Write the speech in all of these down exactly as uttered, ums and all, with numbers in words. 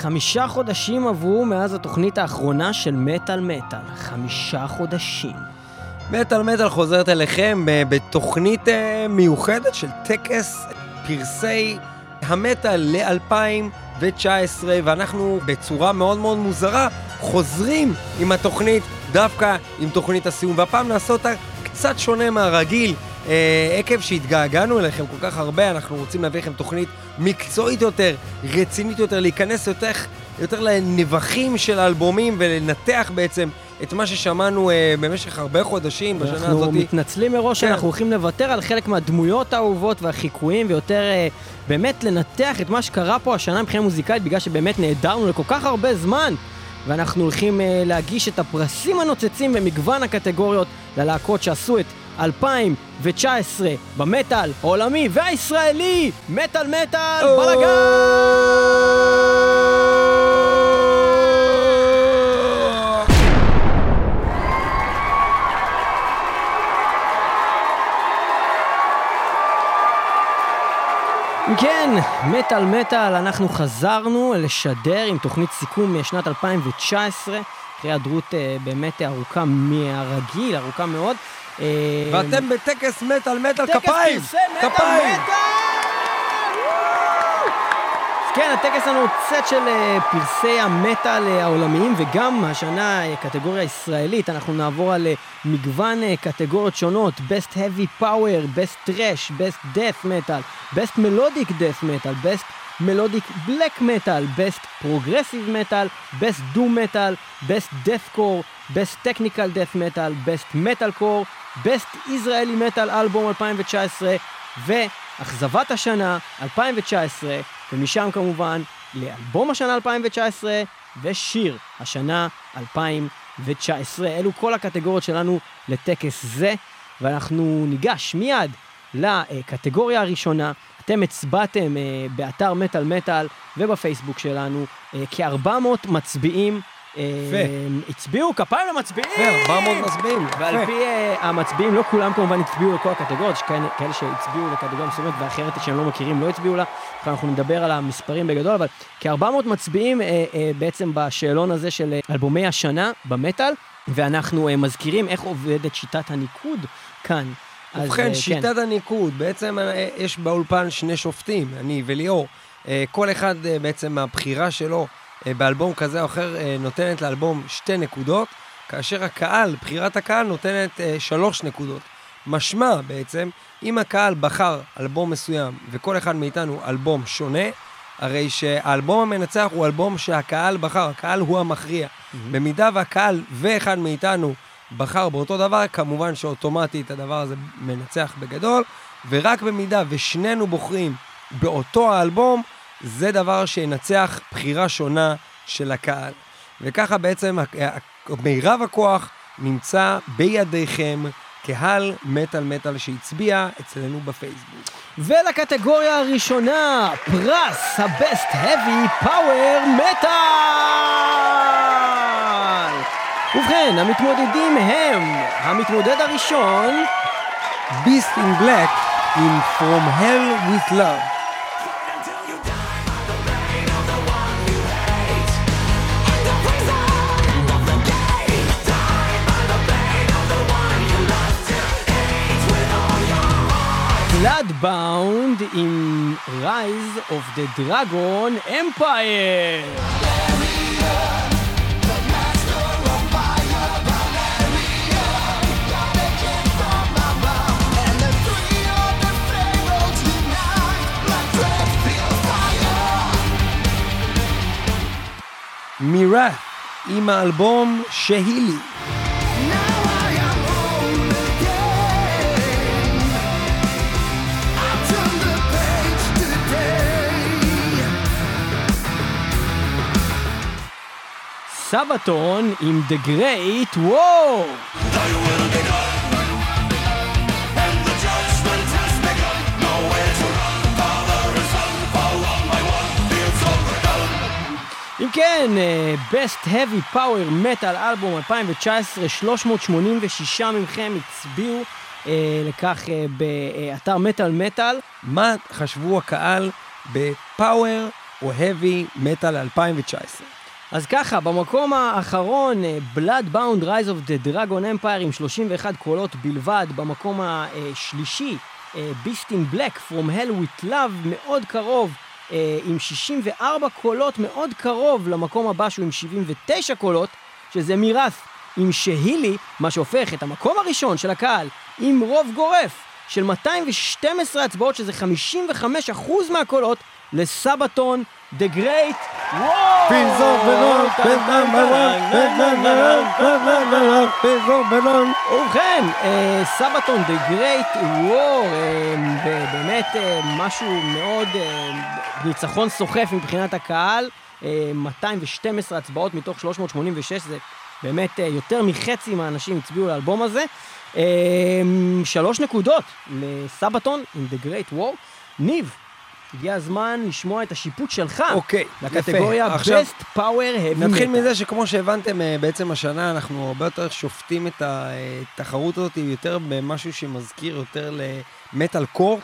חמישה חודשים עברו מאז התוכנית האחרונה של מטל מטל. חמישה חודשים. מטל מטל חוזרת אליכם בתוכנית מיוחדת של טקס פרסי המטל ל-אלפיים תשע עשרה, ואנחנו בצורה מאוד מאוד מוזרה חוזרים עם התוכנית, דווקא עם תוכנית הסיום, והפעם נעשה אותה קצת שונה מהרגיל. אה, עקב שהתגעגענו אליכם כל כך הרבה, אנחנו רוצים להביא לכם תוכנית מקצועית יותר, רצינית יותר, להיכנס יותר, יותר לנבחים של האלבומים ולנתח בעצם את מה ששמענו אה, במשך הרבה חודשים בשנה הזאת. אנחנו מתנצלים מראש כן. שאנחנו הולכים לוותר על חלק מהדמויות האהובות והחיקויים, ויותר אה, באמת לנתח את מה שקרה פה השנה מבחינה מוזיקלית, בגלל שבאמת נהדרנו לכל כך הרבה זמן, ואנחנו הולכים אה, להגיש את הפרסים הנוצצים במגוון הקטגוריות ללהקות שעשו את אלפיים תשע עשרה במטל העולמי והישראלי. מטל מטל בלגן! כן, מטל מטל, אנחנו חזרנו לשדר עם תוכנית סיכום משנת אלפיים תשע עשרה, אחרי היעדרות באמת ארוכה מהרגיל, ארוכה מאוד. ואתם בטקס מטל מטל, טקס כפיים! פרסי מטל כפיים! מטל! אז כן, הטקס הנוצץ של פרסי המטל העולמיים, וגם השנה קטגוריה ישראלית. אנחנו נעבור על מגוון קטגוריות שונות: Best Heavy Power, Best Trash, Best Death Metal, Best Melodic Death Metal, Best Melodic Black Metal, Best Progressive Metal, Best Doom Metal, Best Deathcore, Best Technical Death Metal, Best Metalcore, Best Israeli Metal Album אלפיים תשע עשרה, ואכזבת השנה אלפיים תשע עשרה, ומשם כמובן לאלבום השנה אלפיים תשע עשרה ושיר השנה אלפיים תשע עשרה. אלו כל הקטגוריות שלנו לטקס זה, ואנחנו ניגש מיד לקטגוריה הראשונה. אתם הצבעתם uh, באתר מטל מטל ובפייסבוק שלנו uh, כ-ארבע מאות מצביעים uh, הצביעו, כפיים למצביעים! ארבע מאות מצביעים. ועל פי uh, המצביעים, לא כולם כמובן הצביעו לכל הקטגוריות, שכאלה כאלה שהצביעו לקטגוריה מסוימת ואחרת שהם לא מכירים לא הצביעו לה, אנחנו נדבר על המספרים בגדול, אבל כ-ארבע מאות מצביעים uh, uh, בעצם בשאלון הזה של uh, אלבומי השנה במטל, ואנחנו uh, מזכירים איך עובדת שיטת הניקוד כאן. ובכן, שיטת הניקוד, בעצם יש באולפן שני שופטים, אני וליאור, כל אחד בעצם מהבחירה שלו באלבום כזה או אחר נותנת לאלבום שתי נקודות, כאשר הקהל, בחירת הקהל נותנת שלוש נקודות. משמע בעצם, אם הקהל בחר אלבום מסוים וכל אחד מאיתנו אלבום שונה, הרי שהאלבום המנצח הוא אלבום שהקהל בחר, הקהל הוא המכריע. Mm-hmm. במידה והקהל ואחד מאיתנו בחר באותו דבר, כמובן שאוטומטית הדבר הזה מנצח בגדול, ורק במידה ושנינו בוחרים באותו האלבום, זה דבר שינצח בחירה שונה של הקהל. וככה בעצם מירב הכוח נמצא בידיכם, קהל מטל מטל שהצביע אצלנו בפייסבוק. ולקטגוריה הראשונה, פרס ה-Best Heavy Power Metal! ובכן, המתמודדים הם, המתמודד הראשון, Beast in Black עם From Hell with Love. Bloodbound עם Rise of the Dragon Empire. מירה עם האלבום שהילי. סבתון עם The Great War. אם כן, Best Heavy Power Metal Album אלפיים תשע עשרה, שלוש מאות שמונים ושש מכם הצביעו לכך באתר מטל מטל. מה חשבו הקהל בפאוור או Heavy Metal אלפיים תשע עשרה. אז ככה, במקום האחרון, Bloodbound Rise of the Dragon Empire עם שלושים ואחד קולות בלבד, במקום השלישי, Beast in Black From Hell with Love, מאוד קרוב, עם שישים וארבע קולות, מאוד קרוב למקום הבא שהוא עם שבעים ותשע קולות, שזה מירס עם שהילי, מה שהופך את המקום הראשון של הקהל, עם רוב גורף של מאתיים ושתים עשרה הצבעות, שזה חמישים וחמישה אחוז מהקולות, לסבתון, The Great War! פיזור בלון, בלון בלון, בלון בלון, בלון בלון, בלון. ובכן, סבתון, The Great War, באמת משהו מאוד ניצחון סוחף מבחינת הקהל, מאתיים ושתים עשרה הצבעות מתוך שלוש מאות שמונים ושש, זה באמת יותר מחצי מהאנשים הצביעו לאלבום הזה. שלוש נקודות לסבתון עם The Great War. ניב, הגיע הזמן לשמוע את השיפוט שלך. אוקיי, לקטגוריה Best Power Heavy Metal. נתחיל מזה שכמו שהבנתם בעצם השנה, אנחנו הרבה יותר שופטים את התחרות הזאת יותר במשהו שמזכיר יותר למטל קורט,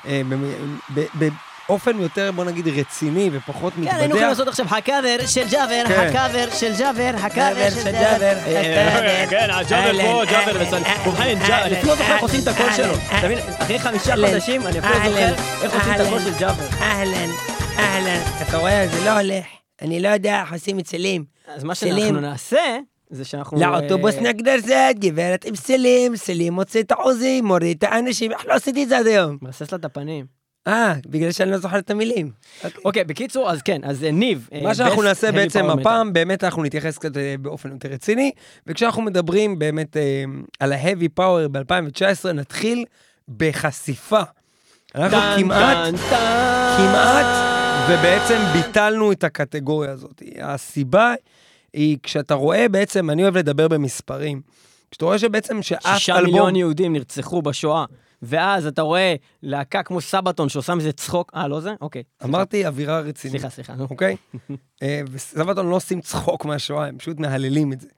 באופן יותר, בוא נגיד, רציני ופחות מתבדע. כן, היינו יכולים לעשות עכשיו הקאבר של ג'אבר, הקאבר של ג'אבר, הקאבר של ג'אבר. כן, הג'אבר פה, ג'אבר וסן. ובכן, אני אפילו לא זוכר איך עושים את הקול שלו. תבין, אחרי חמישה חודשים, אני אפילו לא זוכר איך עושים את הקול של ג'אבר. אהלן, אהלן. אתה רואה, זה לא הולך. אני לא יודע איך עושים את סלים. אז מה שאנחנו נעשה, זה שאנחנו... לאוטובוס נגדר זאת, גברת עם סלים, סלים מוצא את העוזים, מוריד את האנשים, איך לא עשיתי את זה עד היום? מרסס לה את הפנים. אה, בגלל שאני לא זוכר את המילים. אוקיי, בקיצור, אז כן, אז ניב. מה שאנחנו נעשה בעצם הפעם, באמת אנחנו נתייחס קצת באופן יותר רציני, וכשאנחנו מדברים באמת על ה-Heavy Power ב-אלפיים תשע עשרה, נתחיל בחשיפה. אנחנו כמעט, כמעט, ובעצם ביטלנו את הקטגוריה הזאת. הסיבה היא, כשאתה רואה בעצם, אני אוהב לדבר במספרים, כשאתה רואה שבעצם שאף אלבום... שישה מיליון יהודים נרצחו בשואה. ואז אתה רואה להקה כמו סבתון שעושה מזה צחוק, אה, לא זה? אוקיי. אמרתי אווירה רצינית. סליחה, סליחה. אוקיי? וסבתון לא עושים צחוק מהשואה, הם פשוט מהללים את זה.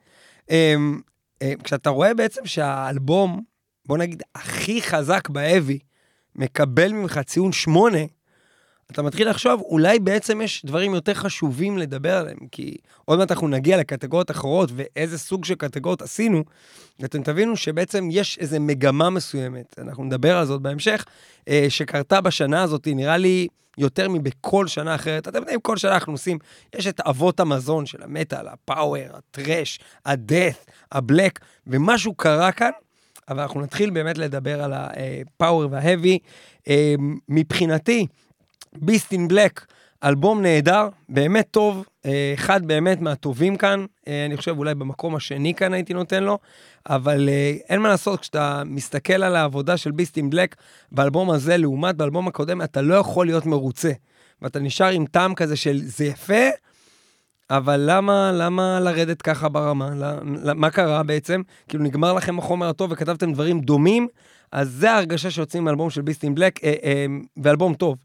כשאתה רואה בעצם שהאלבום, בוא נגיד, הכי חזק באבי, מקבל ממך ציון שמונה, אתה מתחיל לחשוב, אולי בעצם יש דברים יותר חשובים לדבר עליהם, כי עוד מעט אנחנו נגיע לקטגוריות אחרות, ואיזה סוג של קטגוריות עשינו, ואתם תבינו שבעצם יש איזו מגמה מסוימת, אנחנו נדבר על זאת בהמשך, שקרתה בשנה הזאת, נראה לי יותר מבכל שנה אחרת, אתם יודעים, כל שנה אנחנו עושים, יש את אבות המזון של המטל, הפאוור, הטרש, הדאט, הבלק, ומשהו קרה כאן, אבל אנחנו נתחיל באמת לדבר על הפאוור וההבי. מבחינתי, Beast in Black, אלבום נהדר, באמת טוב, אחד באמת מהטובים כאן, אני חושב אולי במקום השני כאן הייתי נותן לו, אבל אין מה לעשות, כשאתה מסתכל על העבודה של Beast in Black, באלבום הזה, לעומת באלבום הקודם, אתה לא יכול להיות מרוצה, ואתה נשאר עם טעם כזה של זה יפה, אבל למה, למה לרדת ככה ברמה? למה, מה קרה בעצם? כאילו נגמר לכם החומר הטוב וכתבתם דברים דומים, אז זה ההרגשה שיוצאים מאלבום של Beast in Black, אה, אה, ואלבום טוב.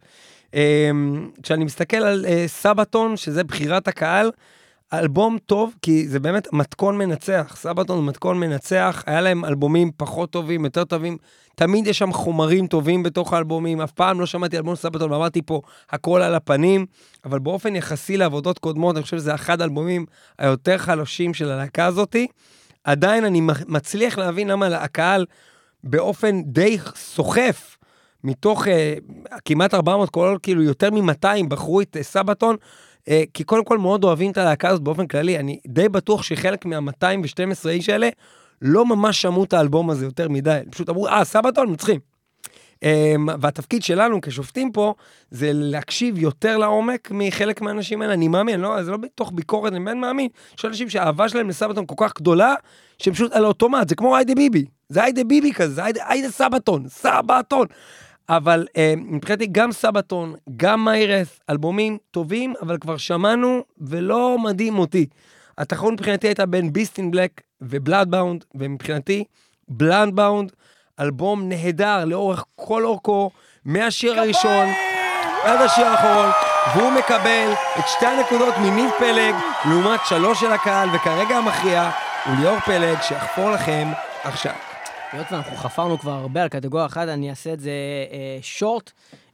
כשאני מסתכל על סבתון, שזה בחירת הקהל, אלבום טוב, כי זה באמת מתכון מנצח. סבתון מתכון מנצח, היה להם אלבומים פחות טובים, יותר טובים, תמיד יש שם חומרים טובים בתוך האלבומים, אף פעם לא שמעתי אלבום סבתון, ואמרתי פה הכל על הפנים, אבל באופן יחסי לעבודות קודמות, אני חושב שזה אחד האלבומים היותר חלושים של הלהקה הזאת. עדיין אני מצליח להבין למה הקהל באופן די סוחף, מתוך uh, כמעט ארבע מאות קולות, כאילו יותר מ-מאתיים בחרו את uh, סבתון, uh, כי קודם כל מאוד אוהבים את הלהקה הזאת באופן כללי, אני די בטוח שחלק מה-מאתיים ושתים עשרה איש האלה, לא ממש שמעו את האלבום הזה יותר מדי, פשוט אמרו, אה, סבתון, מצחים. Um, והתפקיד שלנו כשופטים פה, זה להקשיב יותר לעומק מחלק מהאנשים האלה, אני מאמין, לא, זה לא בתוך ביקורת, אני באמת מאמין, יש אנשים שהאהבה שלהם לסבתון כל כך גדולה, שהם פשוט על האוטומט, זה כמו היידה ביבי, זה היידה ביבי כזה, זה היידה, היידה סבתון, סבתון. אבל אה, מבחינתי גם סבתון, גם מיירס, אלבומים טובים, אבל כבר שמענו ולא מדהים אותי. התחרות מבחינתי הייתה בין Beast in Black ובלאדבאונד, ומבחינתי בלאדבאונד, אלבום נהדר לאורך כל אורכו, מהשיר הראשון עד השיר האחרון, והוא מקבל את שתי הנקודות מניב פלג, לעומת שלוש של הקהל, וכרגע המכריע הוא ליאור פלג, שיחפור לכם עכשיו. היות ואנחנו חפרנו כבר הרבה על קטגוריה אחת, אני אעשה את זה אה, שורט.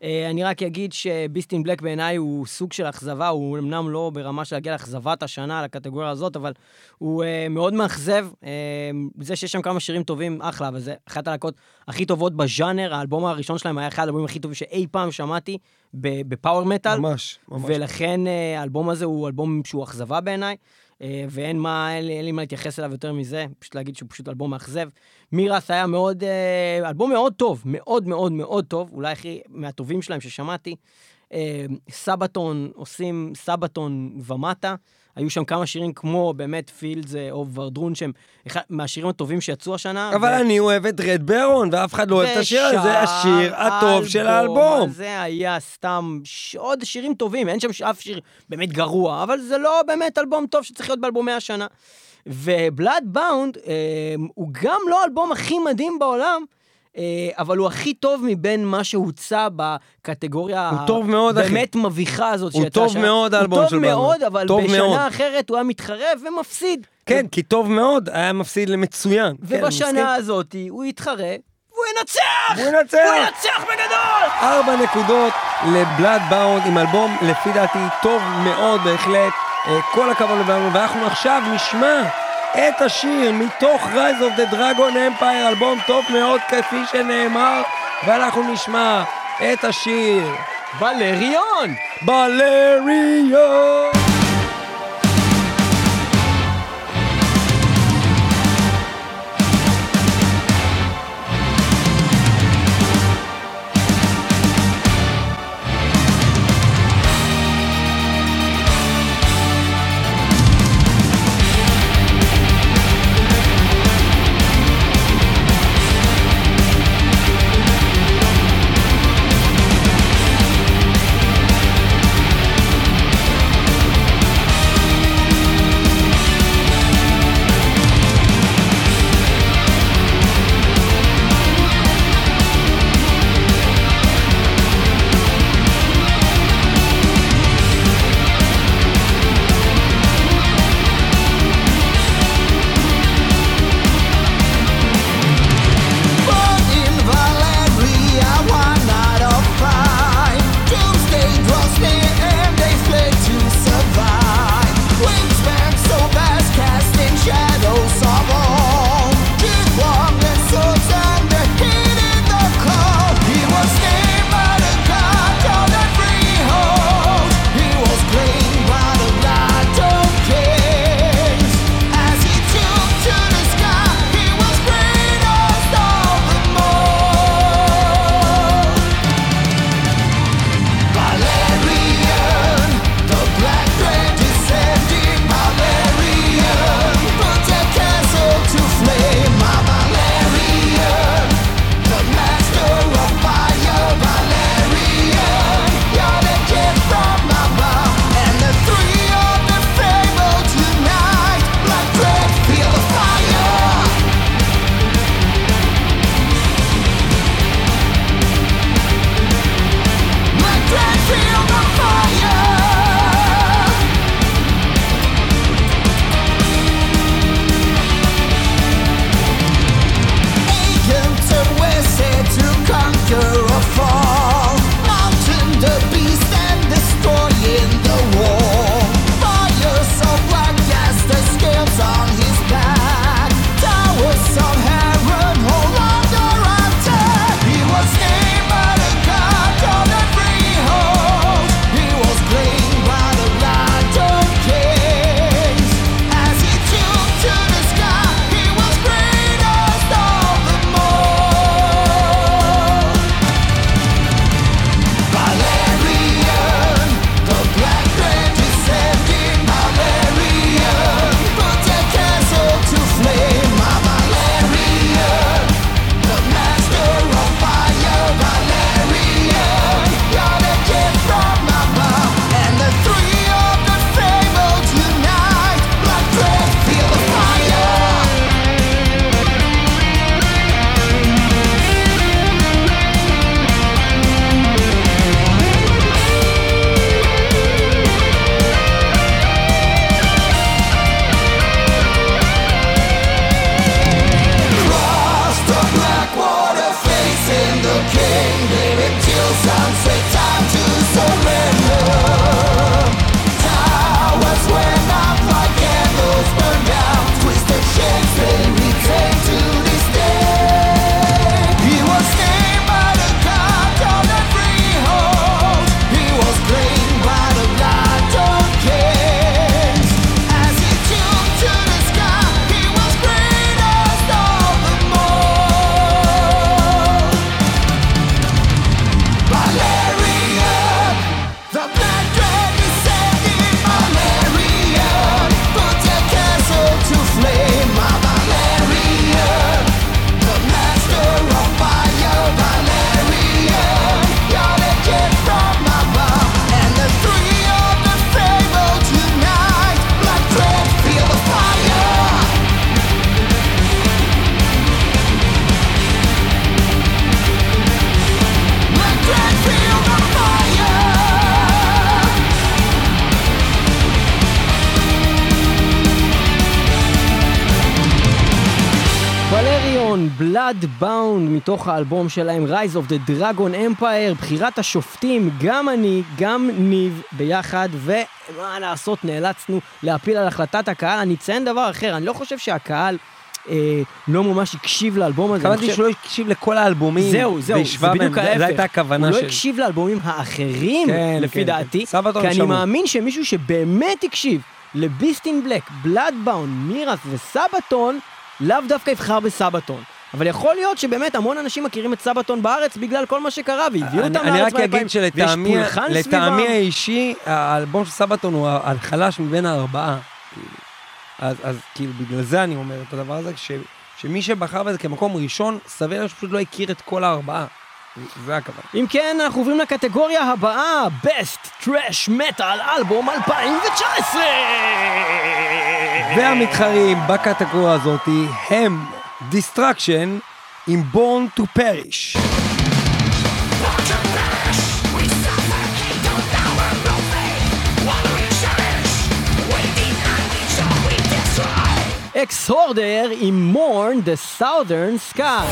אני רק אגיד שביסט אין בלק בעיניי הוא סוג של אכזבה, הוא אמנם לא ברמה של להגיע לאכזבת השנה לקטגוריה הזאת, אבל הוא מאוד מאכזב. זה שיש שם כמה שירים טובים, אחלה, וזה אחת הלהקות הכי טובות בז'אנר. האלבום הראשון שלהם היה אחד האלבומים הכי טובים שאי פעם שמעתי בפאוור מטל. ממש, ממש. ולכן האלבום הזה הוא אלבום שהוא אכזבה בעיניי. ואין מה, אין לי, אין לי מה להתייחס אליו יותר מזה, פשוט להגיד שהוא פשוט אלבום מאכזב. מירס היה מאוד, אלבום מאוד טוב, מאוד מאוד מאוד טוב, אולי הכי מהטובים שלהם ששמעתי. סבתון, עושים סבתון ומטה, היו שם כמה שירים כמו באמת פילדס או ורדרון, שהם אחד מהשירים הטובים שיצאו השנה. אבל ו... אני אוהב את רד ברון, ואף אחד לא אוהב את השיר, זה השיר הטוב של האלבום. זה היה סתם ש... עוד שירים טובים, אין שם אף שיר באמת גרוע, אבל זה לא באמת אלבום טוב שצריך להיות באלבומי השנה. ובלאד באונד אה, הוא גם לא אלבום הכי מדהים בעולם, אבל הוא הכי טוב מבין מה שהוצא בקטגוריה באמת מביכה הזאת. הוא טוב מאוד האלבום של בלאד. הוא טוב מאוד, אבל בשנה אחרת הוא היה מתחרב ומפסיד. כן, כי טוב מאוד היה מפסיד למצוין. ובשנה הזאת הוא יתחרב, והוא ינצח! הוא ינצח! הוא ינצח בגדול! ארבע נקודות לבלאד באונד עם אלבום לפי דעתי טוב מאוד בהחלט. כל הכבוד לבלאד, ואנחנו עכשיו נשמע את השיר מתוך Rise of the Dragon Empire, אלבום טוב מאוד כפי שנאמר, ואנחנו נשמע את השיר בלריון! בלריון! Bloodbound מתוך האלבום שלהם Rise of the Dragon Empire, בחירת השופטים, גם אני, גם ניב ביחד, ומה לעשות, נאלצנו להפיל על החלטת הקהל. אני אציין דבר אחר, אני לא חושב שהקהל אה, לא ממש הקשיב לאלבום הזה. כמובן שהוא לא הקשיב לכל האלבומים. זהו, זהו, זה בדיוק ההפך. זו הייתה הכוונה שלי. הוא שלי. לא הקשיב לאלבומים האחרים, כן, לפי כן, דעתי, כן. כי אני מאמין שמישהו שבאמת הקשיב לביסט אין בלק, בלאדבאונד, מירס וסבתון, לאו דווקא יבחר בסבתון. אבל יכול להיות שבאמת המון אנשים מכירים את סבתון בארץ בגלל כל מה שקרה, והביאו אותם לארץ מהפעמים, אני רק אגיד שלטעמי האישי, האלבום של סבתון הוא החלש מבין הארבעה. אז, אז כאילו בגלל זה אני אומר את הדבר הזה, ש, שמי שבחר בזה כמקום ראשון, סביר שפשוט לא הכיר את כל הארבעה. זה הכוונה. אם כן, אנחנו עוברים לקטגוריה הבאה, Best Trash Metal אלבום אלפיים תשע עשרה! והמתחרים בקטגוריה הזאת הם Destruction עם Born to Perish. Exorder עם Mourn the Southern Sky.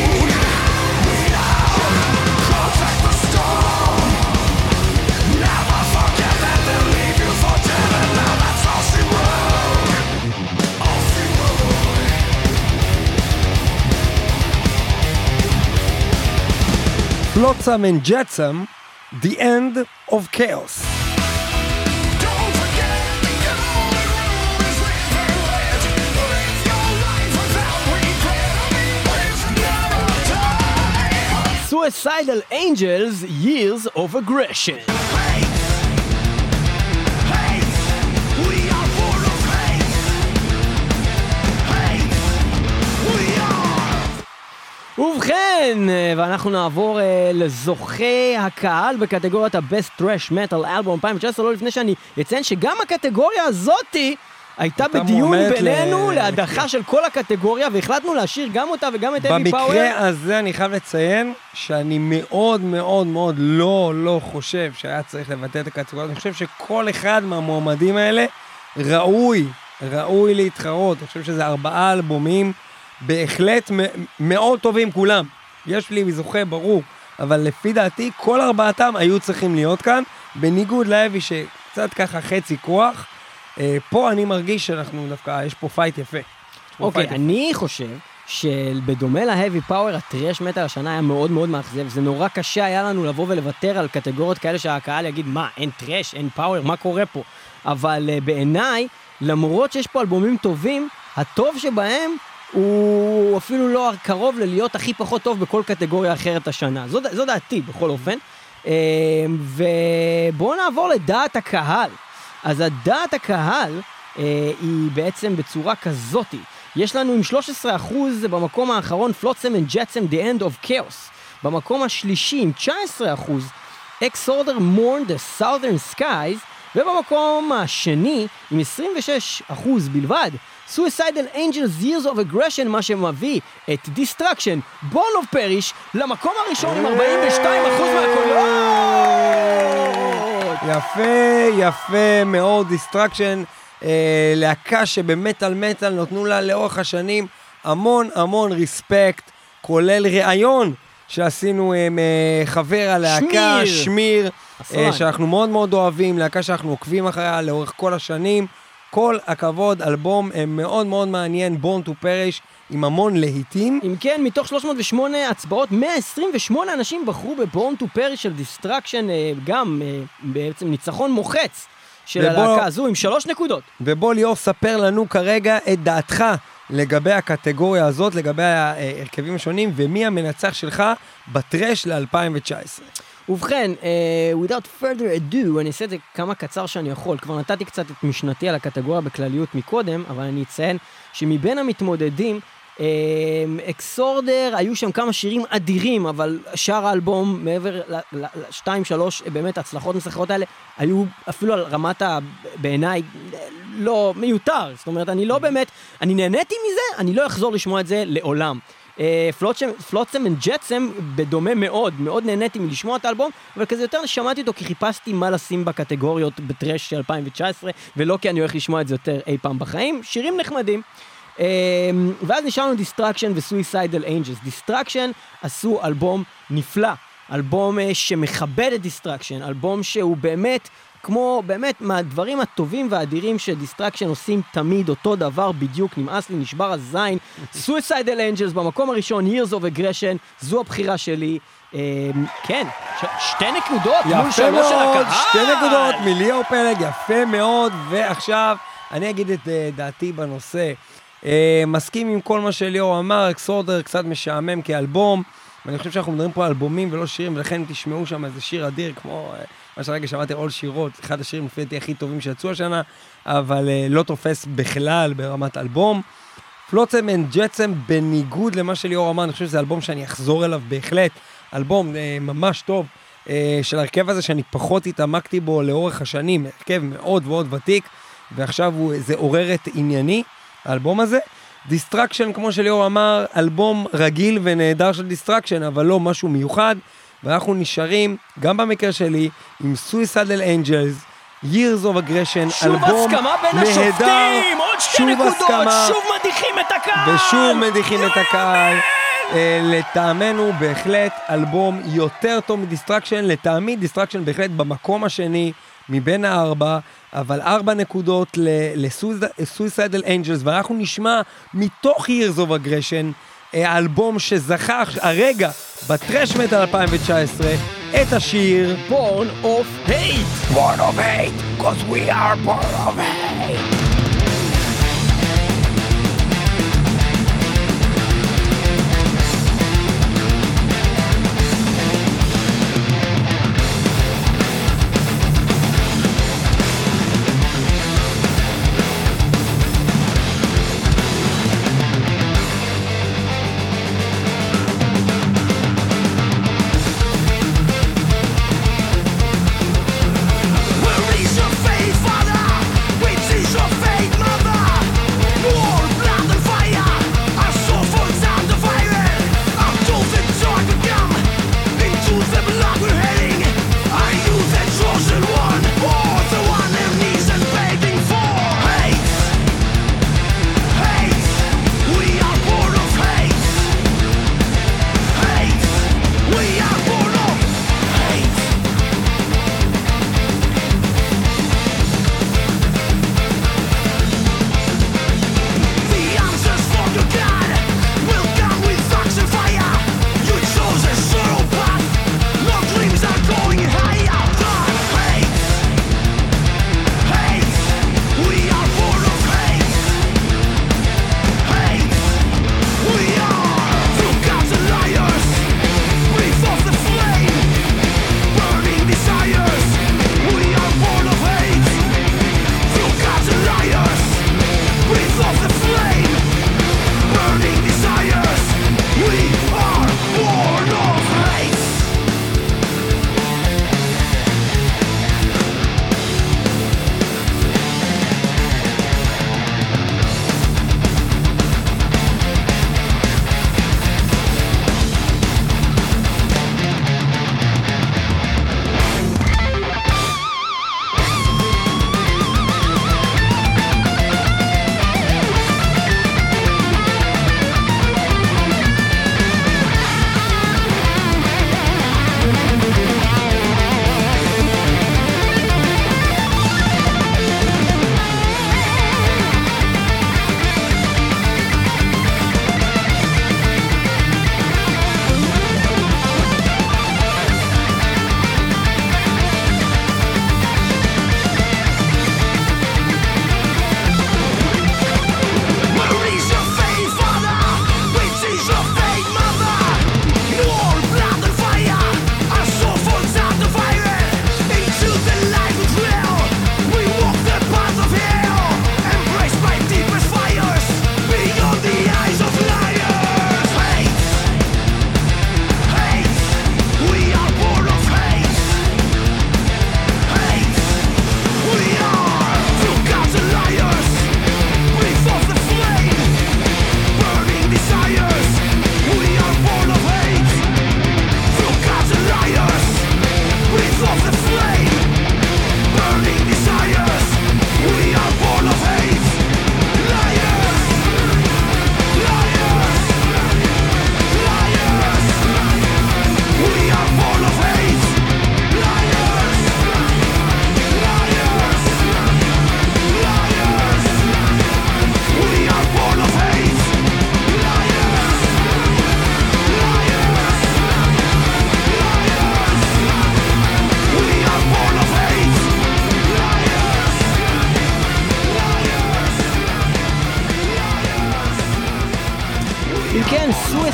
Flotsam and Jetsam, The End of Chaos. Suicidal Angels, Years of Aggression. ובכן, ואנחנו נעבור uh, לזוכי הקהל בקטגוריית ה-Best Trash Metal Album אלפיים תשע עשרה, לא לפני שאני אציין שגם הקטגוריה הזאתי הייתה בדיון בינינו ל... להדחה של כל הקטגוריה, והחלטנו להשאיר גם אותה וגם את Heavy Power. במקרה הזה אני חייב לציין שאני מאוד מאוד מאוד לא, לא חושב שהיה צריך לבטא את הקטגוריה. אני חושב שכל אחד מהמועמדים האלה ראוי, ראוי להתחרות. אני חושב שזה ארבעה אלבומים בהחלט מאוד טובים כולם. יש לי זוכה ברור, אבל לפי דעתי כל ארבעתם היו צריכים להיות כאן, בניגוד להבי שקצת ככה חצי כוח. פה אני מרגיש שאנחנו דווקא, יש פה פייט יפה. אוקיי, אני חושב שבדומה להאבי פאוור, הטרש מטל השנה היה מאוד מאוד מאכזב. זה נורא קשה היה לנו לבוא ולוותר על קטגוריות כאלה שהקהל יגיד, מה, אין טרש, אין פאוור, מה קורה פה? אבל בעיניי, למרות שיש פה אלבומים טובים, הטוב שבהם הוא אפילו לא קרוב ללהיות הכי פחות טוב בכל קטגוריה אחרת השנה. זו, זו דעתי, בכל אופן. ובואו נעבור לדעת הקהל. אז הדעת הקהל אה, היא בעצם בצורה כזאתי. יש לנו עם שלושה עשר אחוז במקום האחרון, Flotsam and Jetsam, The End of Chaos. במקום השלישי עם תשע עשרה אחוז, Exorder, Mourn the Southern Skies. ובמקום השני עם עשרים ושש אחוז בלבד, Suicidal Angels, Years of Aggression, מה שמביא את Destruction, Born of Perish, למקום הראשון עם ארבעים ושתיים אחוז מהקולות. יפה, יפה מאוד. Destruction, אה, להקה שבמטל מטל נותנו לה לאורך השנים המון המון ריספקט, כולל ראיון שעשינו עם אה, חבר הלהקה, שמיר, שמיר אה, שאנחנו מאוד מאוד אוהבים, להקה שאנחנו עוקבים אחריה לאורך כל השנים. כל הכבוד, אלבום מאוד מאוד מעניין, Born to Perish, עם המון להיטים. אם כן, מתוך שלוש מאות ושמונה הצבעות, מאה עשרים ושמונה אנשים בחרו ב-Born to Perish של Destruction, גם בעצם ניצחון מוחץ של ובוא, הלהקה הזו, עם שלוש נקודות. ובוא ליאור, ספר לנו כרגע את דעתך לגבי הקטגוריה הזאת, לגבי ההרכבים השונים, ומי המנצח שלך בטרש ל-אלפיים תשע עשרה. ובכן, uh, without further ado, אני אעשה את זה כמה קצר שאני יכול. כבר נתתי קצת את משנתי על הקטגוריה בכלליות מקודם, אבל אני אציין שמבין המתמודדים, אקסורדר, uh, היו שם כמה שירים אדירים, אבל שאר האלבום, מעבר ל-שתיים שלוש, באמת הצלחות מסחרות האלה, היו אפילו על רמת ה... בעיניי, לא מיותר. זאת אומרת, אני לא באמת, אני נהניתי מזה, אני לא אחזור לשמוע את זה לעולם. פלוטסם אנד ג'טסם בדומה מאוד, מאוד נהניתי מלשמוע את האלבום, אבל כזה יותר שמעתי אותו כי חיפשתי מה לשים בקטגוריות בטרש של אלפיים תשע עשרה, ולא כי אני הולך לשמוע את זה יותר אי פעם בחיים. שירים נחמדים. ואז נשארנו Destruction ו-Suicidal Angels. Destruction עשו אלבום נפלא, אלבום שמכבד את Destruction, אלבום שהוא באמת, כמו באמת מהדברים הטובים והאדירים שדיסטרקשן עושים תמיד אותו דבר בדיוק, נמאס לי, נשבר הזין. Suicidal Angels במקום הראשון, Years of Aggression, זו הבחירה שלי. כן, שתי נקודות מול שלוש של הקהל. שתי נקודות מליאור פלג, יפה מאוד. ועכשיו אני אגיד את דעתי בנושא. מסכים עם כל מה שליאור אמר, אקסורדר קצת משעמם כאלבום, ואני חושב שאנחנו מדברים פה על אלבומים ולא שירים, ולכן תשמעו שם איזה שיר אדיר, כמו מה שהרגע שמעתי all שירות, אחד השירים לפי דעתי הכי טובים שיצאו השנה, אבל לא תופס בכלל ברמת אלבום. פלוצם אנד ג'טסם, בניגוד למה שליאור אמר, אני חושב שזה אלבום שאני אחזור אליו בהחלט, אלבום ממש טוב של הרכב הזה שאני פחות התעמקתי בו לאורך השנים, הרכב מאוד מאוד ותיק, ועכשיו הוא, זה עוררת ענייני, האלבום הזה. דיסטרקשן, כמו שליאור אמר, אלבום רגיל ונהדר של דיסטרקשן, אבל לא משהו מיוחד, ואנחנו נשארים, גם במקרה שלי, עם Suicidal Angels, Years of Aggression, אלבום נהדר, שוב הסכמה, שוב מדיחים את הקהל, ושוב מדיחים את הקהל, לטעמנו בהחלט אלבום יותר טוב מדיסטרקשן, לטעמי דיסטרקשן בהחלט במקום השני, מבין הארבע, אבל ארבע נקודות ל-Suicidal Angels, ואנחנו נשמע מתוך Years of Aggression, האלבום שזכה הרגע בטרש מטל אלפיים תשע עשרה, את השיר Born of Hate. Born of Hate, because we are born of hate. Release your faith, Father. We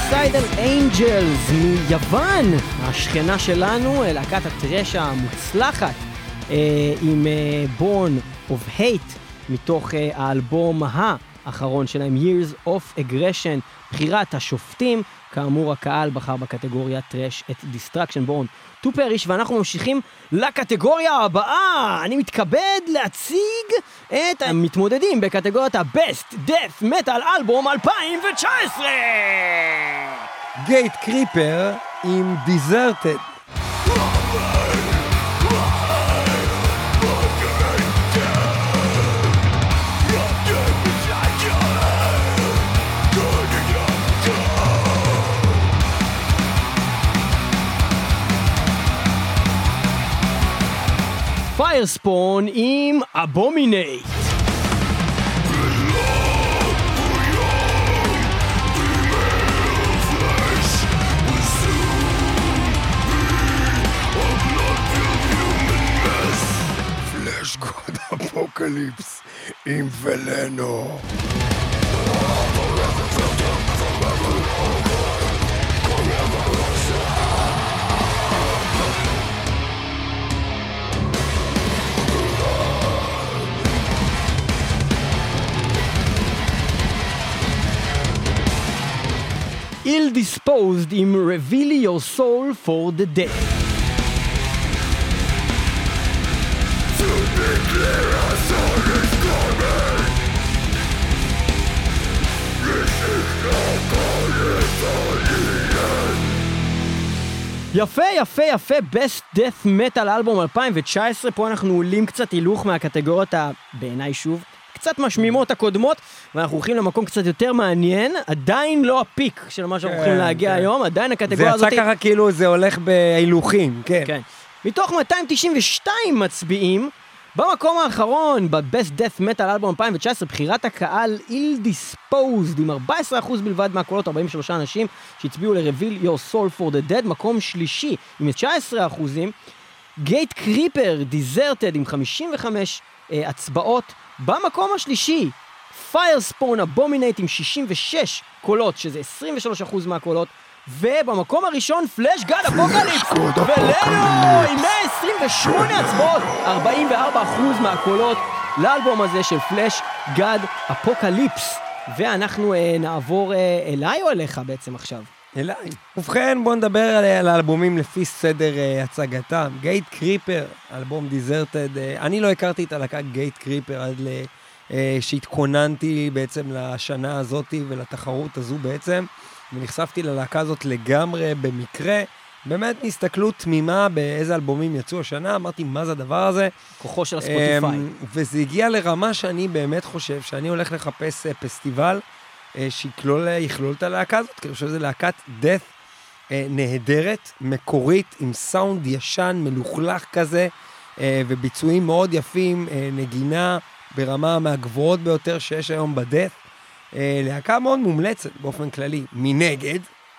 Suicidal Angels מיוון, השכנה שלנו, להקת הטרש המוצלחת, עם Born of Hate, מתוך האלבום האחרון שלהם, Years of Aggression, בחירת השופטים. כאמור, הקהל בחר בקטגוריה טרש את Destruction Born to Perish, ואנחנו ממשיכים לקטגוריה הבאה. אני מתכבד להציג את המתמודדים בקטגוריית ה-Best Death Metal Album אלפיים תשע עשרה. גייט קריפר עם Deserted. Firespawn עם Abominate. Flesh God Apocalypse עם ולנו. Ill-Disposed עם Reveal Your Soul for the Dead. יפה, יפה, יפה, Best Death Metal Album אלפיים תשע עשרה. פה אנחנו עולים קצת הילוך מהקטגוריות, בעיניי שוב, קצת משמימות הקודמות, ואנחנו הולכים למקום קצת יותר מעניין, עדיין לא הפיק של מה שאנחנו הולכים להגיע היום, עדיין הקטגוריה הזאת... זה יצא ככה כאילו זה הולך בהילוכים, כן. כן. מתוך מאתיים תשעים ושתיים מצביעים, במקום האחרון, ב-Best Death Metal Album אלפיים תשע עשרה, בחירת הקהל Ill-Disposed, עם ארבעה עשר אחוז בלבד מהקולות, ארבעים ושלושה אנשים שהצביעו ל-Reveal Your Soul for the Dead, מקום שלישי עם תשע עשרה אחוזים, גייט קריפר, Deserted, עם חמישים וחמש אה, הצבעות, במקום השלישי, Firespawn Abominate עם שישים ושש קולות, שזה עשרים ושלושה אחוז מהקולות, ובמקום הראשון, Flesh God Apocalypse, ולנו עם מאה עשרים ושמונה הצבעות, ארבעים וארבעה אחוז מהקולות, לאלבום הזה של Flesh God Apocalypse. ואנחנו אה, נעבור אה, אליי או אליך בעצם עכשיו? אליי. ובכן, בואו נדבר על, על האלבומים לפי סדר uh, הצגתם. גייט קריפר, אלבום Deserted. Uh, אני לא הכרתי את הלהקה גייט קריפר עד ל, uh, שהתכוננתי בעצם לשנה הזאת ולתחרות הזו בעצם, ונחשפתי ללהקה הזאת לגמרי במקרה. באמת נסתכלות תמימה באיזה אלבומים יצאו השנה, אמרתי מה זה הדבר הזה. כוחו של הספוטיפיי. Um, וזה הגיע לרמה שאני באמת חושב שאני הולך לחפש uh, פסטיבל, שיכלול, יכלול את הלהקה הזאת, כי אני חושב שזה להקת דאט נהדרת, מקורית, עם סאונד ישן, מלוכלך כזה, וביצועים מאוד יפים, נגינה ברמה מהגבוהות ביותר שיש היום בדאט. להקה מאוד מומלצת באופן כללי. מנגד,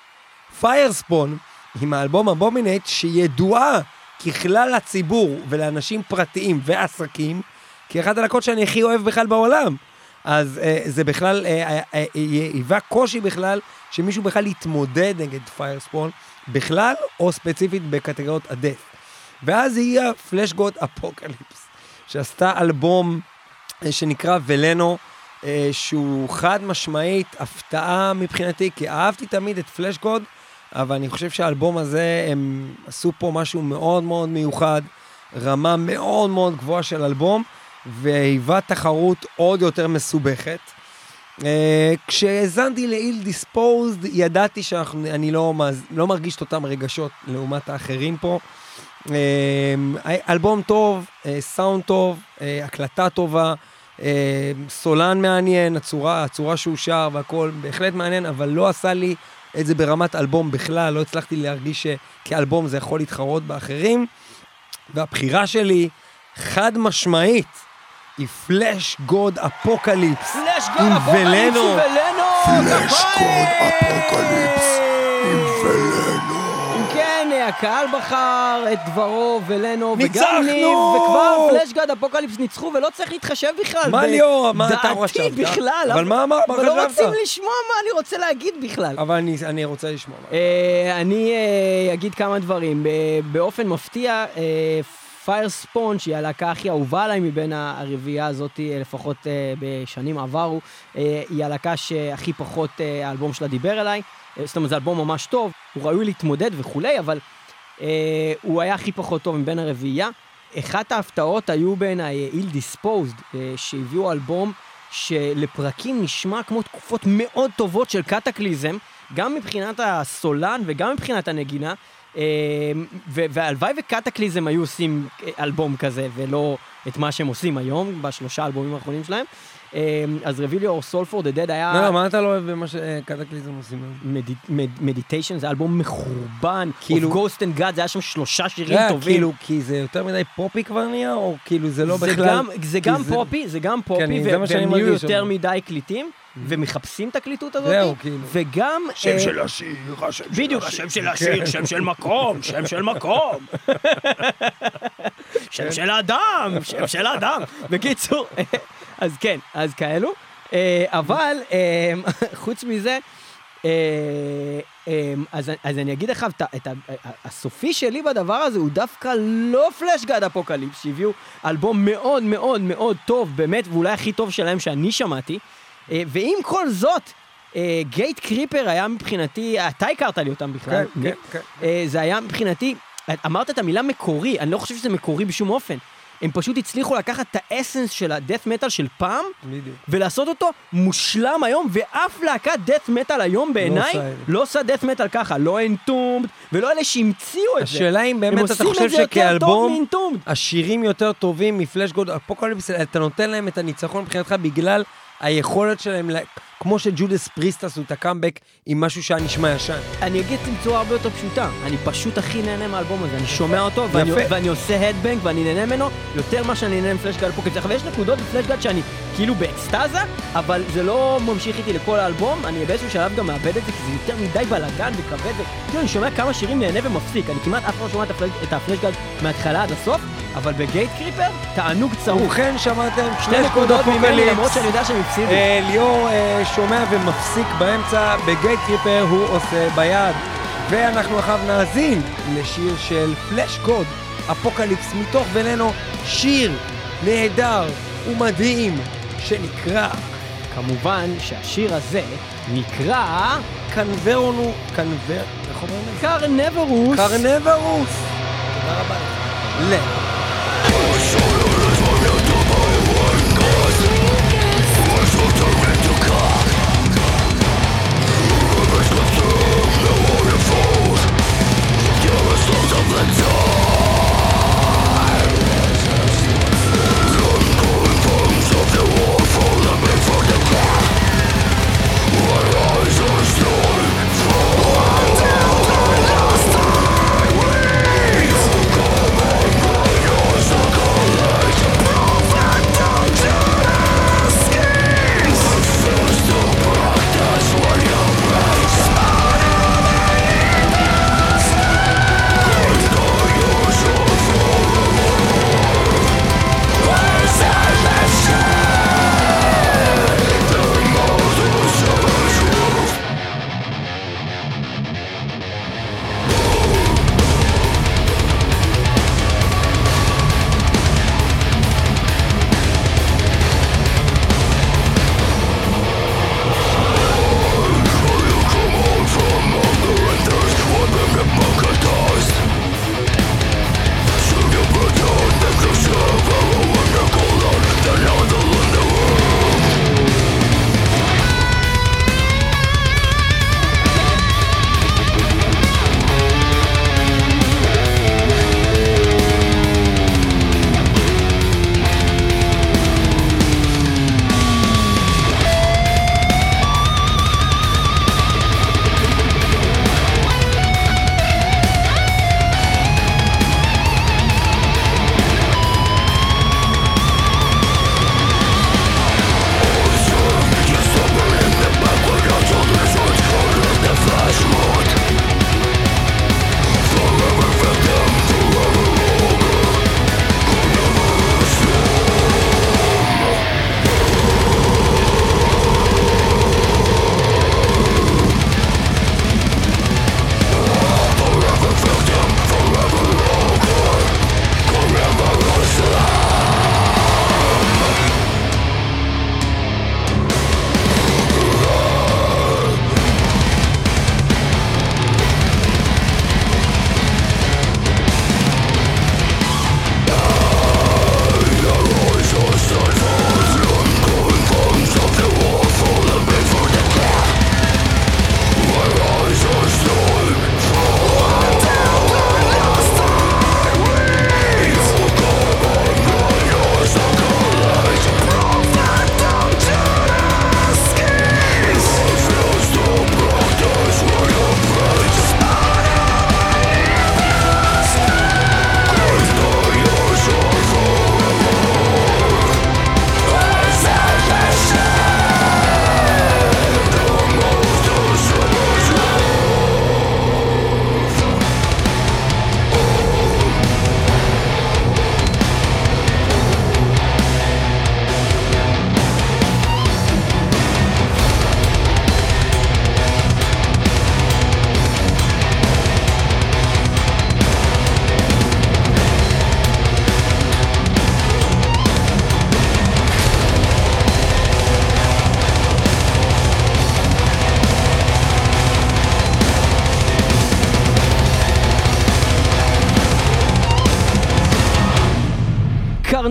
פיירספון, עם האלבום Abominate, שידועה ככלל הציבור ולאנשים פרטיים ועסקים, כי אחת הלהקות שאני הכי אוהב בכלל בעולם. אז אה, זה בכלל, אה, אה, היווה קושי בכלל, שמישהו בכלל יתמודד נגד פיירספון, בכלל, או ספציפית בקטגוריות הדאט. ואז היא פלש גוד אפוקליפס, שעשתה אלבום אה, שנקרא ולנו, אה, שהוא חד משמעית, הפתעה מבחינתי, כי אהבתי תמיד את פלש גוד, אבל אני חושב שהאלבום הזה, הם עשו פה משהו מאוד מאוד מיוחד, רמה מאוד מאוד גבוהה של אלבום, והיווה תחרות עוד יותר מסובכת. Uh, כשהזנתי ל-Ill-Disposed, ידעתי שאני לא, לא מרגיש את אותם רגשות לעומת האחרים פה. Uh, אלבום טוב, uh, סאונד טוב, uh, הקלטה טובה, uh, סולן מעניין, הצורה, הצורה שהוא שר והכל בהחלט מעניין, אבל לא עשה לי את זה ברמת אלבום בכלל, לא הצלחתי להרגיש שכאלבום זה יכול להתחרות באחרים. והבחירה שלי חד משמעית, היא פלש גוד אפוקליפס עם ולנו. פלש גוד אפוקליפס עם ולנו. כן, הקהל בחר את דברו ולנו, ניצחנו! וגם ניב, וכבר פלשגאד אפוקליפס ניצחו, ולא צריך להתחשב בכלל. מה ליאור? מה אתה חשבת? דעתי בכלל. אבל מה מה חשבת? אבל לא רוצים לשמוע מה אני רוצה להגיד בכלל. אבל אני, אני רוצה לשמוע. אני אגיד כמה דברים. באופן מפתיע, פייר ספונג' היא הלהקה הכי אהובה עליי מבין הרביעייה הזאת, לפחות בשנים עברו. היא הלהקה שהכי פחות האלבום שלה דיבר אליי. זאת אומרת, זה אלבום ממש טוב, הוא ראוי להתמודד וכולי, אבל הוא היה הכי פחות טוב מבין הרביעייה. אחת ההפתעות היו בין ה-Ill Disposed, שהביאו אלבום שלפרקים נשמע כמו תקופות מאוד טובות של קטקליזם, גם מבחינת הסולן וגם מבחינת הנגינה, והלוואי וקטקליזם היו עושים אלבום כזה, ולא את מה שהם עושים היום, בשלושה אלבומים האחרונים שלהם. אז רביליו או סול פור דה דד היה... לא, מה אתה לא אוהב במה שקטקליזם עושים? מדיטיישן, זה אלבום מחורבן, כאילו... Ghost and God, זה היה שם שלושה שירים טובים. כאילו, כי זה יותר מדי פופי כבר נהיה, או כאילו זה לא בכלל... זה גם פופי, זה גם פופי, והם נהיו יותר מדי קליטים, ומחפשים את הקליטות הזאת, זהו, כאילו. וגם... שם של השיר, השם של השיר. בדיוק, השם של השיר, שם של מקום, שם של מקום. שם של אדם, שם של אדם. בקיצור, אז כן, אז כאלו. אבל, חוץ מזה, אז אני אגיד לך, הסופי שלי בדבר הזה הוא דווקא לא פלשגאד אפוקליפס, שהביאו אלבום מאוד מאוד מאוד טוב, באמת, ואולי הכי טוב שלהם שאני שמעתי, ועם כל זאת, גייט קריפר היה מבחינתי, אתה הכרת לי אותם בכלל, כן, כן, כן. זה היה מבחינתי, אמרת את המילה מקורי, אני לא חושב שזה מקורי בשום אופן, הם פשוט הצליחו לקחת את האסנס של הדאט מטל של פעם, ולעשות אותו מושלם היום, ואף להקת דאט מטל היום בעיניי, לא עושה דאט מטל ככה, לא אינטומד, ולא אלה שהמציאו את זה. השאלה אם באמת אתה חושב שכאלבום, השירים יותר טובים מפלשגאד אפוקליפס, אתה נותן להם את הניצחון מבחינתך בגלל היכולת שלהם, כמו שג'ודס פריסט עשו את הקאמבק עם משהו שהיה נשמע ישן. אני אגיד בצורה הרבה יותר פשוטה, אני פשוט הכי נהנה מהאלבום הזה, אני שומע אותו ואני, ואני עושה הדבנק ואני נהנה ממנו יותר מה שאני נהנה מפלשגאד אפוקליפס, ויש נקודות בפלשגאד שאני כאילו באקסטאזה, אבל זה לא ממשיך איתי לכל האלבום, אני באיזשהו שלב גם מאבד את זה, כי זה יותר מדי בלגן וכבד, וכאילו אני שומע כמה שירים נהנה ומפסיק, אני כמעט אף פעם לא שומע את הפלשגאד מההתחלה עד הסוף, אבל בגייט קריפר, תענוג צרוף. ובכן שמעתם שתי נקודות ממני, למרות שאני יודע שהם הפסידו. ליאור שומע ומפסיק באמצע, בגייט קריפר הוא עושה ביד. ואנחנו אחר נאזין לשיר של פלשגאד אפוקליפס מתוך ולנו, שיר נהדר ומדהים שנקרא, כמובן שהשיר הזה נקרא קנברונו, קנבר, איך אומרים? קרנברוס. קרנברוס. תודה רבה לך. ל...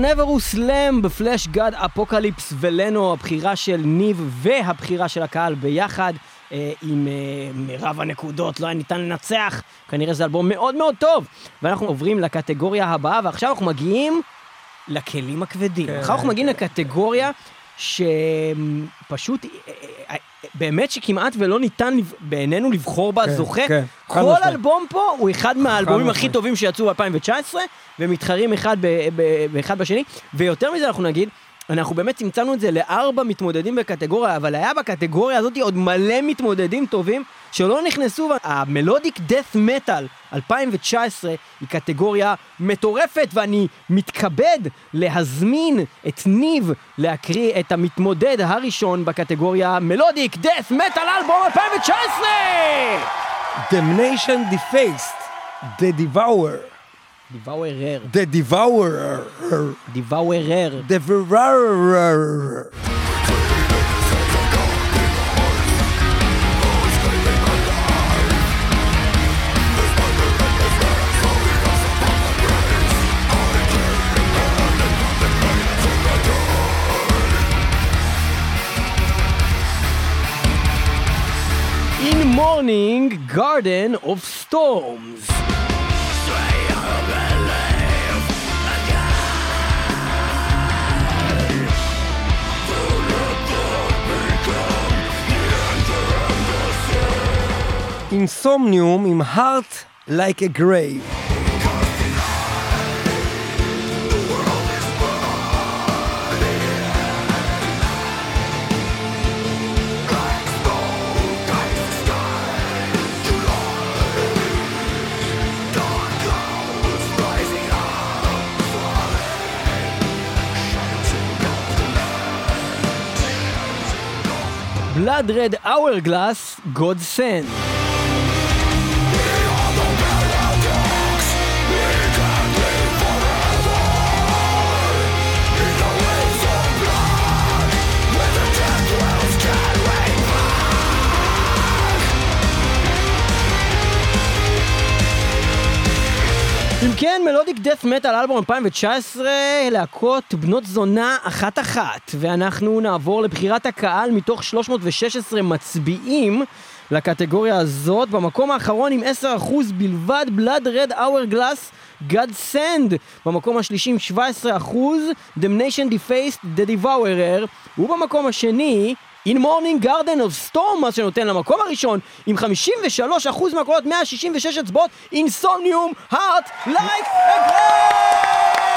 Carnivorous Lamb בפלאש גאד אפוקליפס ולנו, הבחירה של ניב והבחירה של הקהל ביחד אה, עם אה, מרב הנקודות, לא היה ניתן לנצח, כנראה זה אלבום מאוד מאוד טוב. ואנחנו עוברים לקטגוריה הבאה, ועכשיו אנחנו מגיעים לכלים הכבדים. כן, עכשיו אנחנו מגיעים כן. לקטגוריה שפשוט, באמת שכמעט ולא ניתן בעינינו לבחור בה זוכה. כן, חד כל משמעית. אלבום פה הוא אחד מהאלבומים הכי משמעית. טובים שיצאו ב-אלפיים תשע עשרה, ומתחרים אחד ב- ב- באחד בשני, ויותר מזה אנחנו נגיד, אנחנו באמת צמצמנו את זה לארבע מתמודדים בקטגוריה, אבל היה בקטגוריה הזאת עוד מלא מתמודדים טובים שלא נכנסו. המלודיק דאת' מטל אלפיים תשע עשרה היא קטגוריה מטורפת, ואני מתכבד להזמין את ניב להקריא את המתמודד הראשון בקטגוריה מלודיק דאת' מטל אלבום אלפיים תשע עשרה. Damnation Defaced, The Devourer. דיוואורר. The Devourer. דיוואורר. Devourer. In Morning Garden of Storms. Insomnium עם Heart Like a Grave. Blood Red Hourglass, God Send. אם כן, מלודיק דאת' מטל אלבום אלפיים תשע עשרה, להקות בנות זונה אחת אחת, ואנחנו נעבור לבחירת הקהל מתוך שלוש מאות ושש עשרה מצביעים לקטגוריה הזאת. במקום האחרון עם עשרה אחוז בלבד, Blood Red Hourglass, God Send. במקום השלישי עם שבעה עשר אחוז, Damnation Defaced, The Devourer. ובמקום השני, In Morning Garden of Storm, מה שנותן למקום הראשון, עם חמישים ושלושה אחוז מהקולות, מאה שישים ושש אצבעות, Insomnium, Heart Like a Grave!